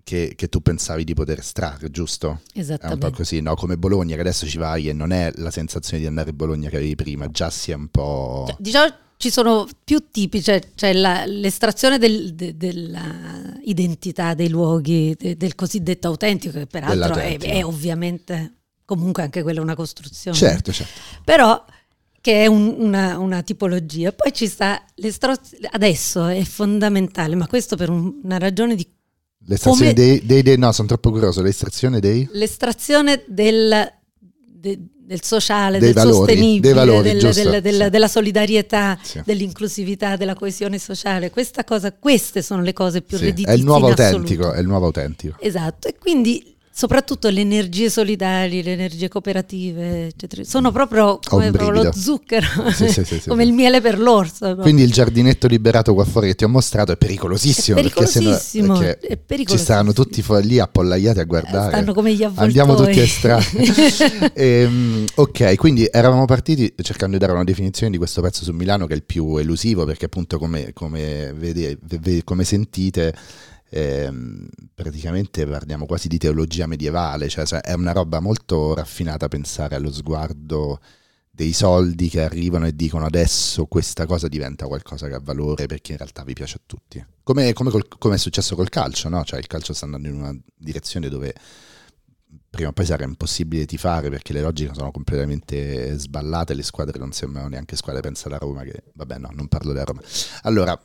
che, che tu pensavi di poter estrarre, giusto? Esattamente. È un po' così, no? Come Bologna, che adesso ci vai e non è la sensazione di andare a Bologna che avevi prima, già si è un po'... Cioè, diciamo ci sono più tipi, cioè, cioè la, l'estrazione del, de, della identità dei luoghi, de, del cosiddetto autentico, che peraltro è, è ovviamente comunque anche quella una costruzione. Certo, certo. Però che è un, una, una tipologia. Poi ci sta l'estrazione, adesso è fondamentale, ma questo per un, una ragione di... L'estrazione come, dei, dei, dei... No, sono troppo curioso, l'estrazione dei... L'estrazione del... De, del sociale, dei del valori, sostenibile, dei valori, del, giusto, del, del, sì. della solidarietà, sì. dell'inclusività, della coesione sociale. Questa cosa, queste sono le cose più sì, redditizie è il nuovo in autentico, assoluto. è il nuovo autentico. Esatto, e quindi soprattutto le energie solidali, le energie cooperative, eccetera, sono proprio come proprio lo zucchero, sì, sì, sì, sì, come sì. il miele per l'orso. No? Quindi il giardinetto liberato qua fuori che ti ho mostrato è pericolosissimo, È pericolosissimo, perché, se no, perché è pericolosissimo. ci stanno tutti fuori lì appollaiati a guardare. Stanno come gli avvoltoi. Andiamo tutti a estrarre. ehm, ok, quindi eravamo partiti cercando di dare una definizione di questo pezzo su Milano che è il più elusivo, perché appunto come, come, vede, vede, come sentite Eh, praticamente parliamo quasi di teologia medievale, cioè è una roba molto raffinata pensare allo sguardo dei soldi che arrivano e dicono adesso questa cosa diventa qualcosa che ha valore perché in realtà vi piace a tutti, come, come, col, come è successo col calcio, no? Cioè il calcio sta andando in una direzione dove prima o poi sarà impossibile tifare perché le logiche sono completamente sballate, le squadre non sembrano neanche squadre, pensa alla Roma che vabbè no, non parlo della Roma. Allora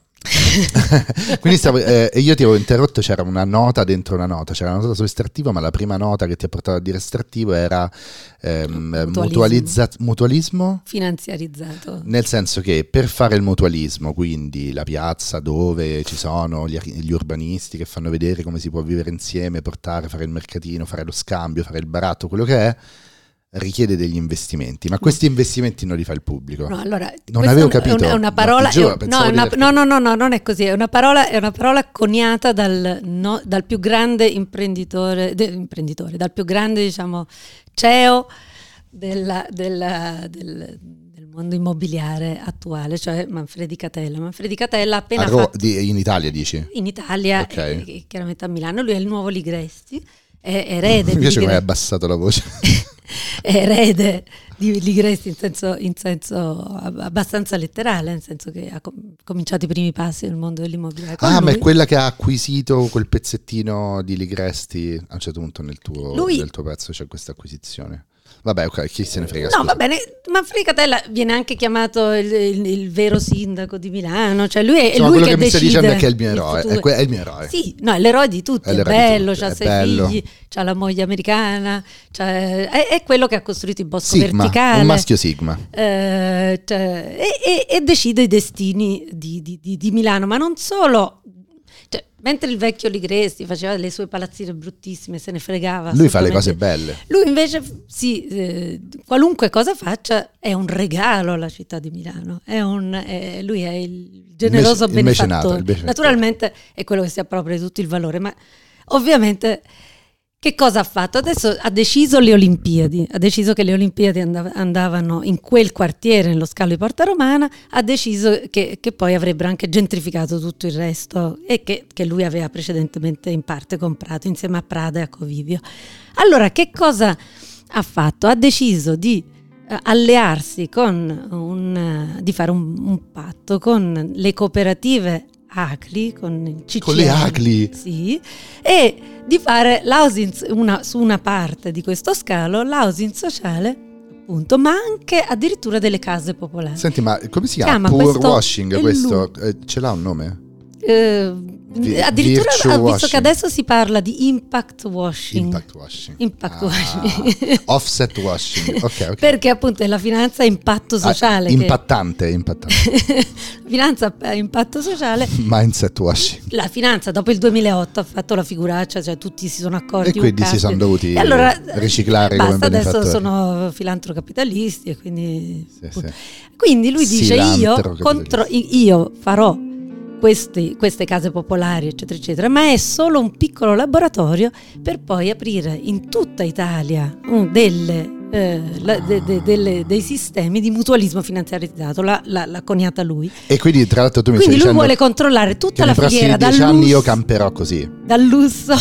quindi stavo, eh, io ti avevo interrotto, c'era una nota dentro una nota, c'era una nota su estrattivo, ma la prima nota che ti ha portato a dire estrattivo era ehm, mutualismo. Mutualizza- mutualismo finanziarizzato, nel senso che per fare il mutualismo, quindi la piazza dove ci sono gli, gli urbanisti che fanno vedere come si può vivere insieme, portare, fare il mercatino, fare lo scambio, fare il baratto, quello che è, richiede degli investimenti, ma questi investimenti non li fa il pubblico. No, allora, non avevo capito. È una parola, no, giuro, è, no, una, che... no, no, no, no, non è così. È una parola, è una parola coniata dal, no, dal più grande imprenditore, de, imprenditore, dal più grande, diciamo, C E O della, della, del, del mondo immobiliare attuale, cioè Manfredi Catella. Manfredi Catella ha appena Ro- fatto di, in Italia, dici? In Italia, okay. e, e chiaramente a Milano. Lui è il nuovo Ligresti, è erede. Mi piace di come hai abbassato la voce. È erede di Ligresti in senso, in senso abbastanza letterale, nel senso che ha com- cominciato i primi passi nel mondo dell'immobiliare. Con ah, lui. ma è quella che ha acquisito quel pezzettino di Ligresti a un certo punto nel tuo, lui... nel tuo pezzo c'è questa acquisizione. Vabbè, ok, chi se ne frega. No, scusa. va bene, Manfredi Catella viene anche chiamato il, il, il vero sindaco di Milano, cioè lui è, Insomma, lui quello che, che mi stai decide dicendo è che è il mio eroe, futuro. è, que- è il mio eroe. Sì, no, è l'eroe di tutti, è, è, è bello, tutti, c'ha è sei bello. figli, c'ha la moglie americana, c'ha, è, è quello che ha costruito il bosco Sigma, verticale. un maschio Sigma. Eh, cioè, e, e, e decide i destini di, di, di, di Milano, ma non solo. Cioè, mentre il vecchio Ligresti faceva le sue palazzine bruttissime, se ne fregava. Lui fa le cose belle. Lui invece, sì, eh, qualunque cosa faccia è un regalo alla città di Milano. È un, è, lui è il generoso il mecenato, benefattore. il mecenato. Naturalmente è quello che si appropria di tutto il valore, ma ovviamente... Che cosa ha fatto? Adesso ha deciso le Olimpiadi, ha deciso che le Olimpiadi andav- andavano in quel quartiere, nello scalo di Porta Romana, ha deciso che, che poi avrebbero anche gentrificato tutto il resto e che, che lui aveva precedentemente in parte comprato insieme a Prada e a Covivio. Allora, che cosa ha fatto? Ha deciso di uh, allearsi con un, uh, di fare un, un patto con le cooperative Acli, con il C C M, con le Acli, sì, e di fare l'housing una, su una parte di questo scalo, l'housing sociale, appunto, ma anche addirittura delle case popolari. Senti, ma come si chiama? chiama Poor questo washing, questo eh, ce l'ha un nome? Eh, Vi- addirittura virtue ho visto washing. che adesso si parla di impact washing. Impact washing. Impact ah, washing. Offset washing. Ok, ok. Perché appunto è la finanza a impatto sociale. Ah, impattante, che... impattante. Finanza a impatto sociale. Mindset washing. La finanza dopo il duemilaotto ha fatto la figuraccia, cioè tutti si sono accorti. E quindi si sono dovuti e allora, riciclare basta, come adesso benefattori. sono filantro-capitalisti e quindi... Sì, sì. Quindi lui dice io, Silantro-capitalisti. contro, io farò questi, queste case popolari eccetera eccetera, ma è solo un piccolo laboratorio per poi aprire in tutta Italia um, delle, eh, la, de, de, delle, dei sistemi di mutualismo finanziarizzato, l'ha, l'ha, l'ha coniata lui. E quindi tra l'altro tu mi Quindi stai lui dicendo vuole controllare tutta che la nei prossimi filiera dal dieci anni lusso, io camperò così. dal lusso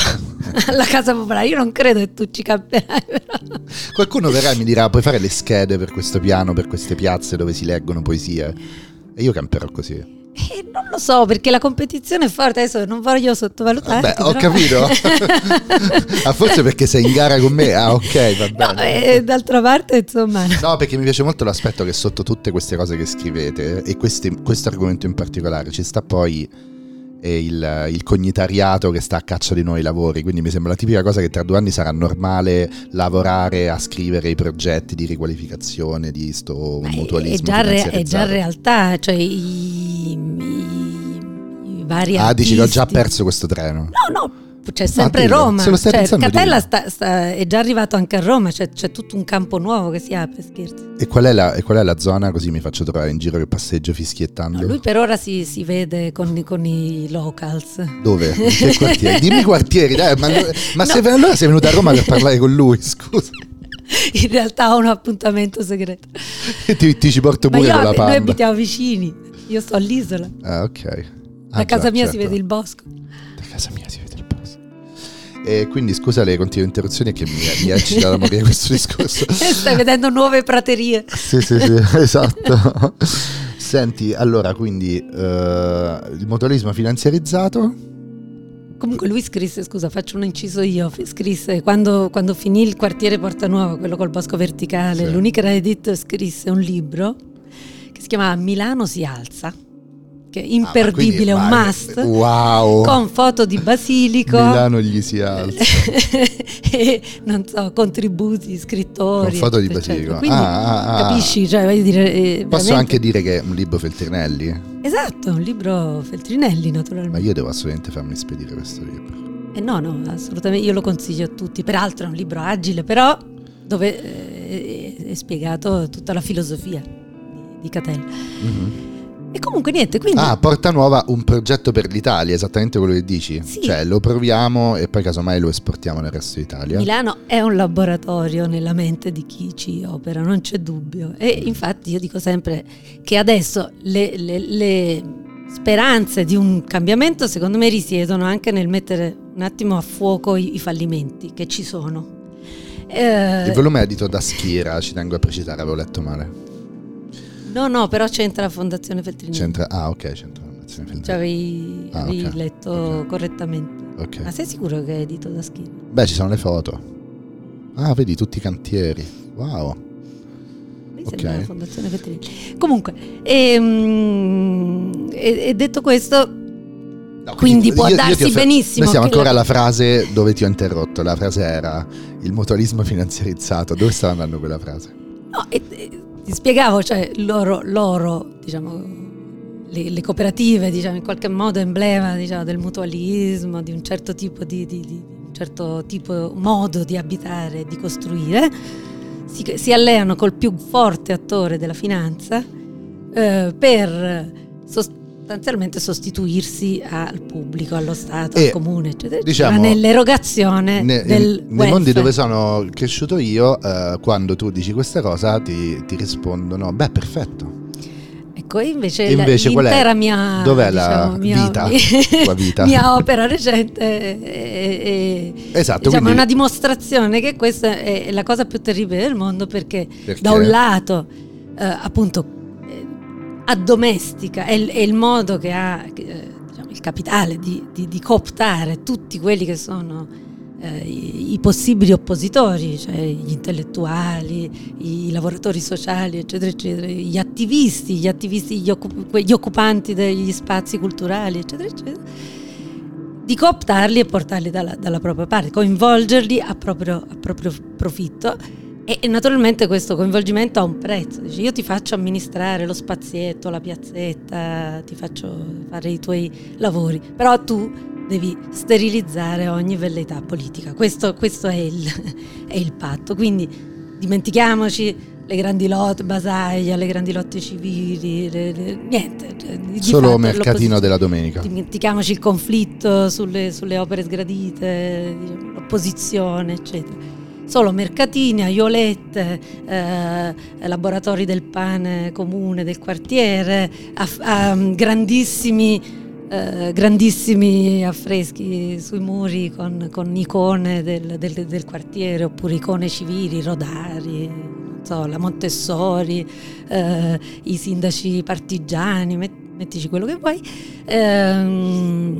alla Casa Popolare. Io non credo che tu ci camperai, però. Qualcuno verrà e mi dirà: puoi fare le schede per questo piano, per queste piazze dove si leggono poesie? E io camperò così. Eh, non lo so, perché la competizione è forte, adesso non voglio sottovalutare. Beh, ho capito. Ah, forse perché sei in gara con me. Ah, ok, va bene. No, e d'altra parte, insomma. No, perché mi piace molto l'aspetto che sotto tutte queste cose che scrivete, e questi, questo argomento in particolare, ci sta poi eh, il, il cognitariato che sta a caccia di nuovi lavori. Quindi mi sembra la tipica cosa che tra due anni sarà normale lavorare a scrivere i progetti di riqualificazione di sto mutualismo. È già, re- è già realtà, cioè i, i, i vari Ah, artisti. dici che ho già perso questo treno. No, no, c'è sempre Ah, dillo, Roma. se lo stai Cioè, pensando, Catella dillo. sta, sta, è già arrivato anche a Roma, c'è, c'è tutto un campo nuovo che si apre, scherzi. E qual è la, e qual è la zona, così mi faccio trovare in giro che passeggio fischiettando? No, lui per ora si, si vede con, con i locals. Dove? In che quartieri? Dimmi i quartieri, dai, ma, ma No. sei, allora sei venuta a Roma per parlare con lui, scusa. In realtà ho un appuntamento segreto. E ti, ti ci porto Ma pure io, con la noi panda. abitiamo vicini, io sto all'isola. Ah, ok. Da Ah, casa già, mia certo. si vede il bosco. Da casa mia si vede il bosco. E quindi scusa le continue interruzioni che mi, mi eccita da morire questo discorso. Stai vedendo nuove praterie. Sì, sì, sì, esatto. Senti, allora, quindi eh, il mutualismo finanziarizzato. Comunque lui scrisse, scusa, faccio un inciso io, scrisse quando, quando finì il quartiere Porta Nuova, quello col bosco verticale, Sì. l'Unicredit Edit scrisse un libro che si chiamava Milano si alza, che è imperdibile, Ah, un quindi, must, vai, wow. con foto di Basilico. Milano gli si alza. E non so, contributi, scrittori, Con foto di eccetera, Basilico. eccetera. Quindi Ah, ah, ah. capisci, cioè voglio dire, eh, Posso veramente- anche dire che è un libro Feltrinelli? esatto, è un libro Feltrinelli Ma naturalmente. io devo assolutamente farmi spedire questo libro. Eh no, no, assolutamente, io lo consiglio a tutti. Peraltro è un libro agile, però dove eh, è spiegato tutta la filosofia di, di Catella. Mhm. E comunque niente, quindi Ah, Porta Nuova, un progetto per l'Italia, esattamente quello che dici? Sì. Cioè lo proviamo e poi casomai lo esportiamo nel resto d'Italia. Milano è un laboratorio nella mente di chi ci opera, non c'è dubbio. E infatti io dico sempre che adesso le, le, le speranze di un cambiamento secondo me risiedono anche nel mettere un attimo a fuoco i, i fallimenti che ci sono. Eh, Il volume è edito da Schira, ci tengo a precisare, avevo letto male. no, no, però c'entra la Fondazione Feltrinelli. C'entra... Ah, ok, c'entra la Fondazione Ci Feltrinelli. avevi, Ah, avevi ok. letto Ok. correttamente. Ok. Ma sei sicuro che è edito da Schira? Beh, ci sono le foto. Ah, vedi tutti i cantieri. Wow. Mi Ok. sembra la Fondazione Feltrinelli. Comunque, ehm, e, e detto questo, No, quindi può io- io ti darsi ho fe- benissimo Noi siamo che ancora la- alla frase dove ti ho interrotto. La frase era il mutualismo finanziarizzato. Dove stava andando quella frase? no, e- e ti spiegavo, cioè loro, loro diciamo, le, le cooperative, diciamo, in qualche modo emblema, diciamo, del mutualismo, di un certo tipo di, di- di un certo tipo modo di abitare, di costruire, si, si alleano col più forte attore della finanza eh, per sostanzialmente sostituirsi al pubblico, allo Stato, E, al comune, eccetera, diciamo, eccetera, nell'erogazione Ne- del in- nei mondi welfare. dove sono cresciuto io, eh, quando tu dici questa cosa, ti, ti rispondono: beh, perfetto. Ecco, e invece, E invece la, qual è? l'intera mia, Dov'è la diciamo, mia, vita? mia- Tua vita? mia opera recente è, è- Esatto, diciamo, quindi- è una dimostrazione che questa è la cosa più terribile del mondo, perché, Perché? da un lato eh, appunto eh, addomestica, è, il- è il modo che ha eh, diciamo, il capitale di, di, di cooptare tutti quelli che sono eh, i, i possibili oppositori, cioè gli intellettuali, i lavoratori sociali, eccetera, eccetera, gli attivisti, gli attivisti, gli, occup- gli occupanti degli spazi culturali, eccetera, eccetera, di cooptarli e portarli dalla, dalla propria parte, coinvolgerli a proprio, a proprio profitto. E, e naturalmente questo coinvolgimento ha un prezzo. Dici, io ti faccio amministrare lo spazietto, la piazzetta, ti faccio fare i tuoi lavori, però tu devi sterilizzare ogni velleità politica. Questo, questo è, il, è il patto. Quindi dimentichiamoci le grandi lotte, Basaglia, le grandi lotte civili, le, le, niente. Cioè, di Solo fatto mercatino l'opposizione. della domenica. Dimentichiamoci il conflitto sulle, sulle opere sgradite, diciamo, l'opposizione, eccetera. Solo mercatini, aiolette, eh, laboratori del pane comune del quartiere, a, a grandissimi eh, grandissimi affreschi sui muri con, con icone del, del, del quartiere, oppure icone civili, Rodari, non so, la Montessori, eh, i sindaci partigiani, met, mettici quello che vuoi, ehm,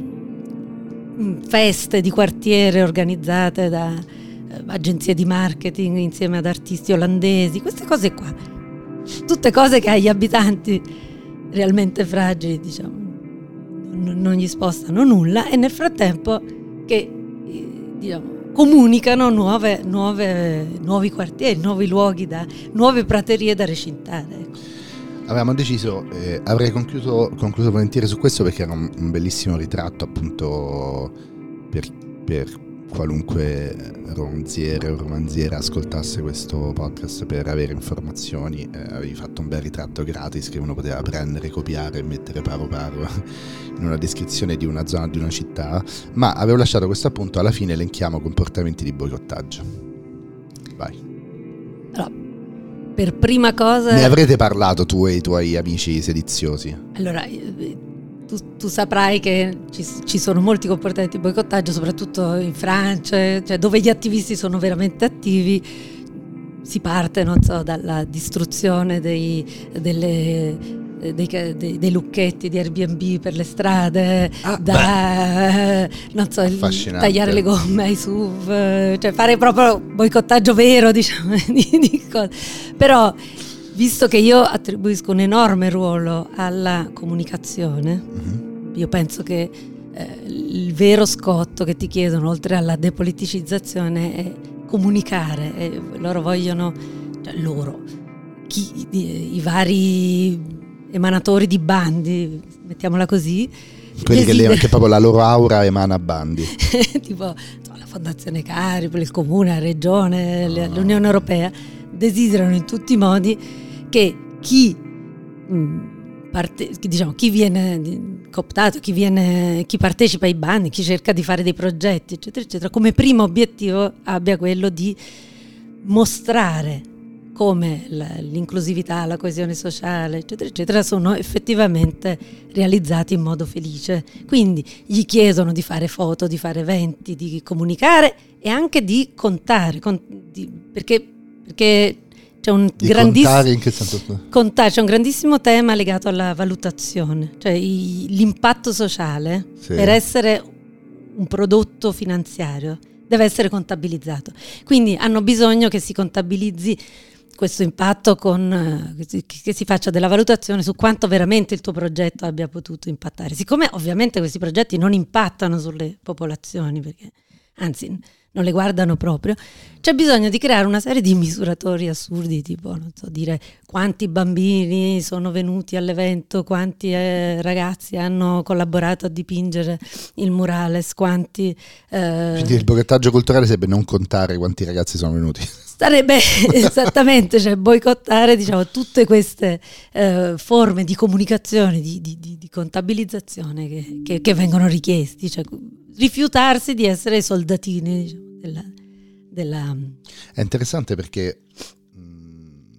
feste di quartiere organizzate da eh, agenzie di marketing insieme ad artisti olandesi, queste cose qua, tutte cose che agli abitanti realmente fragili, diciamo, non, non gli spostano nulla, e nel frattempo che diciamo comunicano nuove, nuove, nuovi quartieri, nuovi luoghi, da, nuove praterie da recintare, ecco. Avevamo deciso, eh, avrei concluso, concluso volentieri su questo, perché era un, un bellissimo ritratto appunto per, per qualunque romanziere o romanziera ascoltasse questo podcast per avere informazioni. Eh, avevi fatto un bel ritratto gratis che uno poteva prendere, copiare e mettere paro paro in una descrizione di una zona, di una città, ma avevo lasciato questo appunto. Alla fine elenchiamo comportamenti di boicottaggio. Vai. Allora, per prima cosa, ne avrete parlato tu e i tuoi amici sediziosi? Allora, tu, tu saprai che ci, ci sono molti comportamenti di boicottaggio, soprattutto in Francia, cioè dove gli attivisti sono veramente attivi. Si parte, non so, dalla distruzione dei, delle, dei, dei, dei lucchetti di Airbnb per le strade, ah, da non so, il, tagliare le gomme ai S U V, cioè fare proprio boicottaggio vero, diciamo, di, di cose. Però, visto che io attribuisco un enorme ruolo alla comunicazione, mm-hmm. io penso che eh, il vero scotto che ti chiedono, oltre alla depoliticizzazione, è comunicare. E loro vogliono, cioè loro, chi, i, i vari emanatori di bandi, mettiamola così, quelli che, le, che proprio la loro aura emana bandi, tipo la Fondazione Cariplo, il Comune, la Regione, oh. l'Unione Europea, desiderano in tutti i modi che chi mh, parte, diciamo, chi viene cooptato, chi viene, chi partecipa ai bandi, chi cerca di fare dei progetti, eccetera, eccetera, come primo obiettivo abbia quello di mostrare come la, l'inclusività, la coesione sociale, eccetera, eccetera, sono effettivamente realizzati in modo felice. Quindi gli chiedono di fare foto, di fare eventi, di comunicare e anche di contare, con, di, perché, perché c'è un grandissimo in che senso? Contare, c'è un grandissimo tema legato alla valutazione, cioè i, l'impatto sociale, sì, per essere un prodotto finanziario deve essere contabilizzato. Quindi hanno bisogno che si contabilizzi questo impatto, con che si faccia della valutazione su quanto veramente il tuo progetto abbia potuto impattare. Siccome ovviamente questi progetti non impattano sulle popolazioni, perché anzi non le guardano proprio, c'è bisogno di creare una serie di misuratori assurdi, tipo, non so, dire quanti bambini sono venuti all'evento, quanti eh, ragazzi hanno collaborato a dipingere il murales, quanti... Eh... Quindi il boicottaggio culturale sarebbe non contare quanti ragazzi sono venuti. Sarebbe esattamente, cioè boicottare, diciamo, tutte queste eh, forme di comunicazione, di, di, di, di contabilizzazione che, che, che vengono richiesti, cioè rifiutarsi di essere soldatini, diciamo, della, della... È interessante perché mh,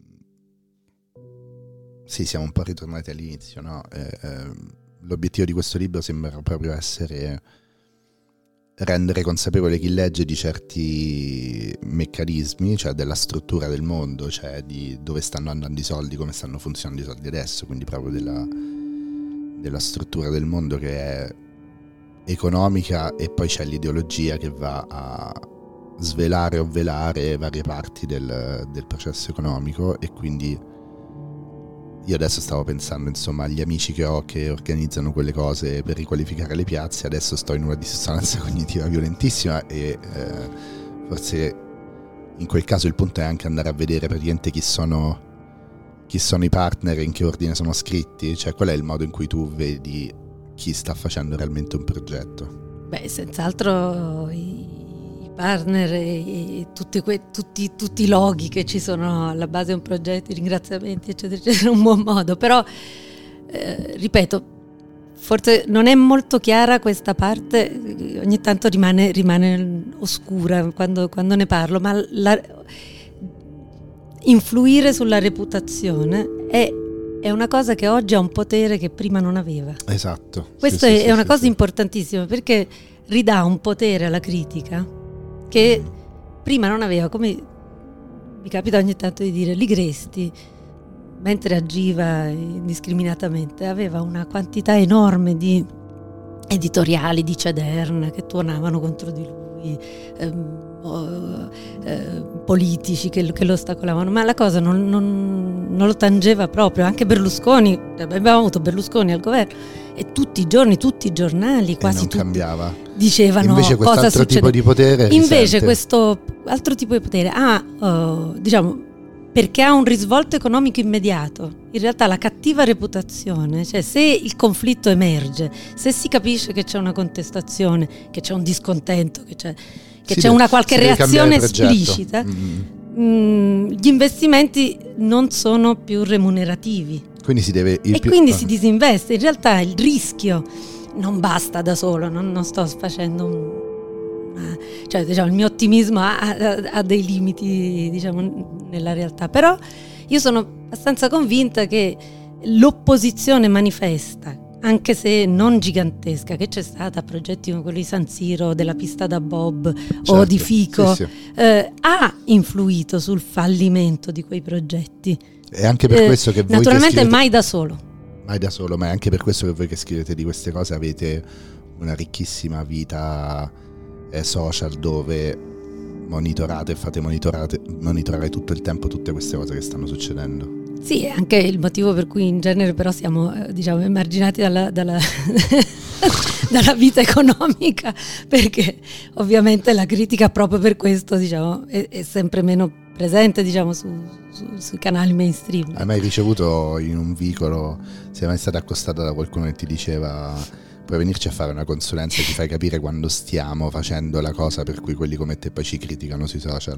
sì, siamo un po' ritornati all'inizio, no? Eh, eh, l'obiettivo di questo libro sembra proprio essere rendere consapevole chi legge di certi meccanismi, cioè della struttura del mondo, cioè di dove stanno andando i soldi, come stanno funzionando i soldi adesso, quindi proprio della, della struttura del mondo che è economica, e poi c'è l'ideologia che va a svelare o velare varie parti del, del processo economico. E quindi io adesso stavo pensando, insomma, agli amici che ho che organizzano quelle cose per riqualificare le piazze. Adesso sto in una dissonanza cognitiva violentissima e eh, forse in quel caso il punto è anche andare a vedere praticamente chi sono chi sono i partner e in che ordine sono scritti, cioè qual è il modo in cui tu vedi chi sta facendo realmente un progetto. Beh, senz'altro i partner e, e tutti, que, tutti, tutti i loghi che ci sono alla base di un progetto, i ringraziamenti, eccetera, eccetera, un buon modo. Però, eh, ripeto, forse non è molto chiara questa parte, ogni tanto rimane, rimane oscura quando, quando ne parlo, ma la, influire sulla reputazione è è una cosa che oggi ha un potere che prima non aveva. Esatto. Questo sì, è, sì, è una sì, cosa sì. importantissima, perché ridà un potere alla critica che mm. prima non aveva. Come mi capita ogni tanto di dire, Ligresti, mentre agiva indiscriminatamente, aveva una quantità enorme di editoriali di Cedern che tuonavano contro di lui, ehm, o, eh, politici che, che lo ostacolavano, ma la cosa non, non, non lo tangeva proprio. Anche Berlusconi, abbiamo avuto Berlusconi al governo e tutti i giorni, tutti i giornali, quasi e non tutti, cambiava. dicevano invece cosa quest'altro succede. tipo di potere invece risente. questo altro tipo di potere ha, uh, diciamo, perché ha un risvolto economico immediato. In realtà la cattiva reputazione, cioè se il conflitto emerge, se si capisce che c'è una contestazione, che c'è un discontento, che c'è, che c'è deve, una qualche reazione esplicita, mm. mh, gli investimenti non sono più remunerativi. Quindi si deve e più... quindi ah. si disinveste. In realtà il rischio non basta da solo, non, non sto facendo un... cioè diciamo il mio ottimismo ha, ha, ha dei limiti, diciamo, nella realtà, però io sono abbastanza convinta che l'opposizione manifesta, anche se non gigantesca, che c'è stata a progetti come quelli di San Siro, della pista da bob, certo, o di Fico, sì, sì. Eh, ha influito sul fallimento di quei progetti. È anche per eh, questo che voi naturalmente che scrivete... mai da solo mai da solo, ma è anche per questo che voi che scrivete di queste cose avete una ricchissima vita social, dove monitorate e fate monitorate, monitorare tutto il tempo tutte queste cose che stanno succedendo. Sì, è anche il motivo per cui in genere però siamo, diciamo, emarginati dalla, dalla, dalla vita economica, perché ovviamente la critica proprio per questo, diciamo, è, è sempre meno presente, diciamo, su, su, sui canali mainstream. Hai mai ricevuto in un vicolo, sei mai stata accostata da qualcuno che ti diceva: puoi venirci a fare una consulenza e ti fai capire quando stiamo facendo la cosa per cui quelli come te poi ci criticano sui social?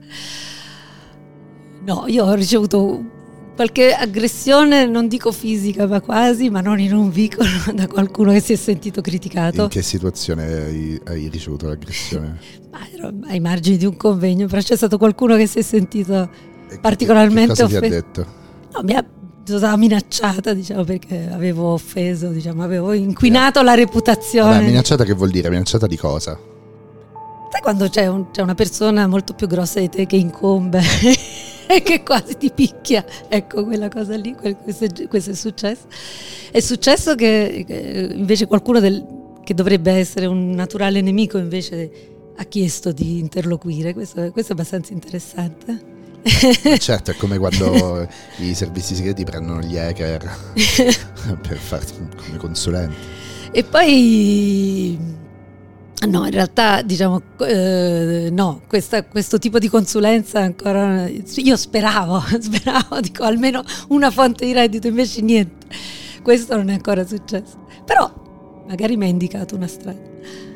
No, io ho ricevuto qualche aggressione, non dico fisica ma quasi, ma non in un vicolo, da qualcuno che si è sentito criticato. In che situazione hai, hai ricevuto l'aggressione? Ma ero ai margini di un convegno, però c'è stato qualcuno che si è sentito e particolarmente che, che cosa offeso. ti ha detto? No, mi ha stata minacciata, diciamo, perché avevo offeso, diciamo, avevo inquinato la reputazione. Vabbè, minacciata che vuol dire? Minacciata di cosa? Sai quando c'è, un, c'è una persona molto più grossa di te che incombe e che quasi ti picchia? Ecco, quella cosa lì, quel, questo, è, questo è successo. È successo che, che invece qualcuno del, che dovrebbe essere un naturale nemico invece ha chiesto di interloquire. Questo, questo è abbastanza interessante. Ma certo, è come quando i servizi segreti prendono gli hacker per farti come consulenti. E poi no, in realtà diciamo eh, no, questa, questo tipo di consulenza ancora io speravo, speravo dico almeno una fonte di reddito, invece niente, questo non è ancora successo, però magari mi ha indicato una strada.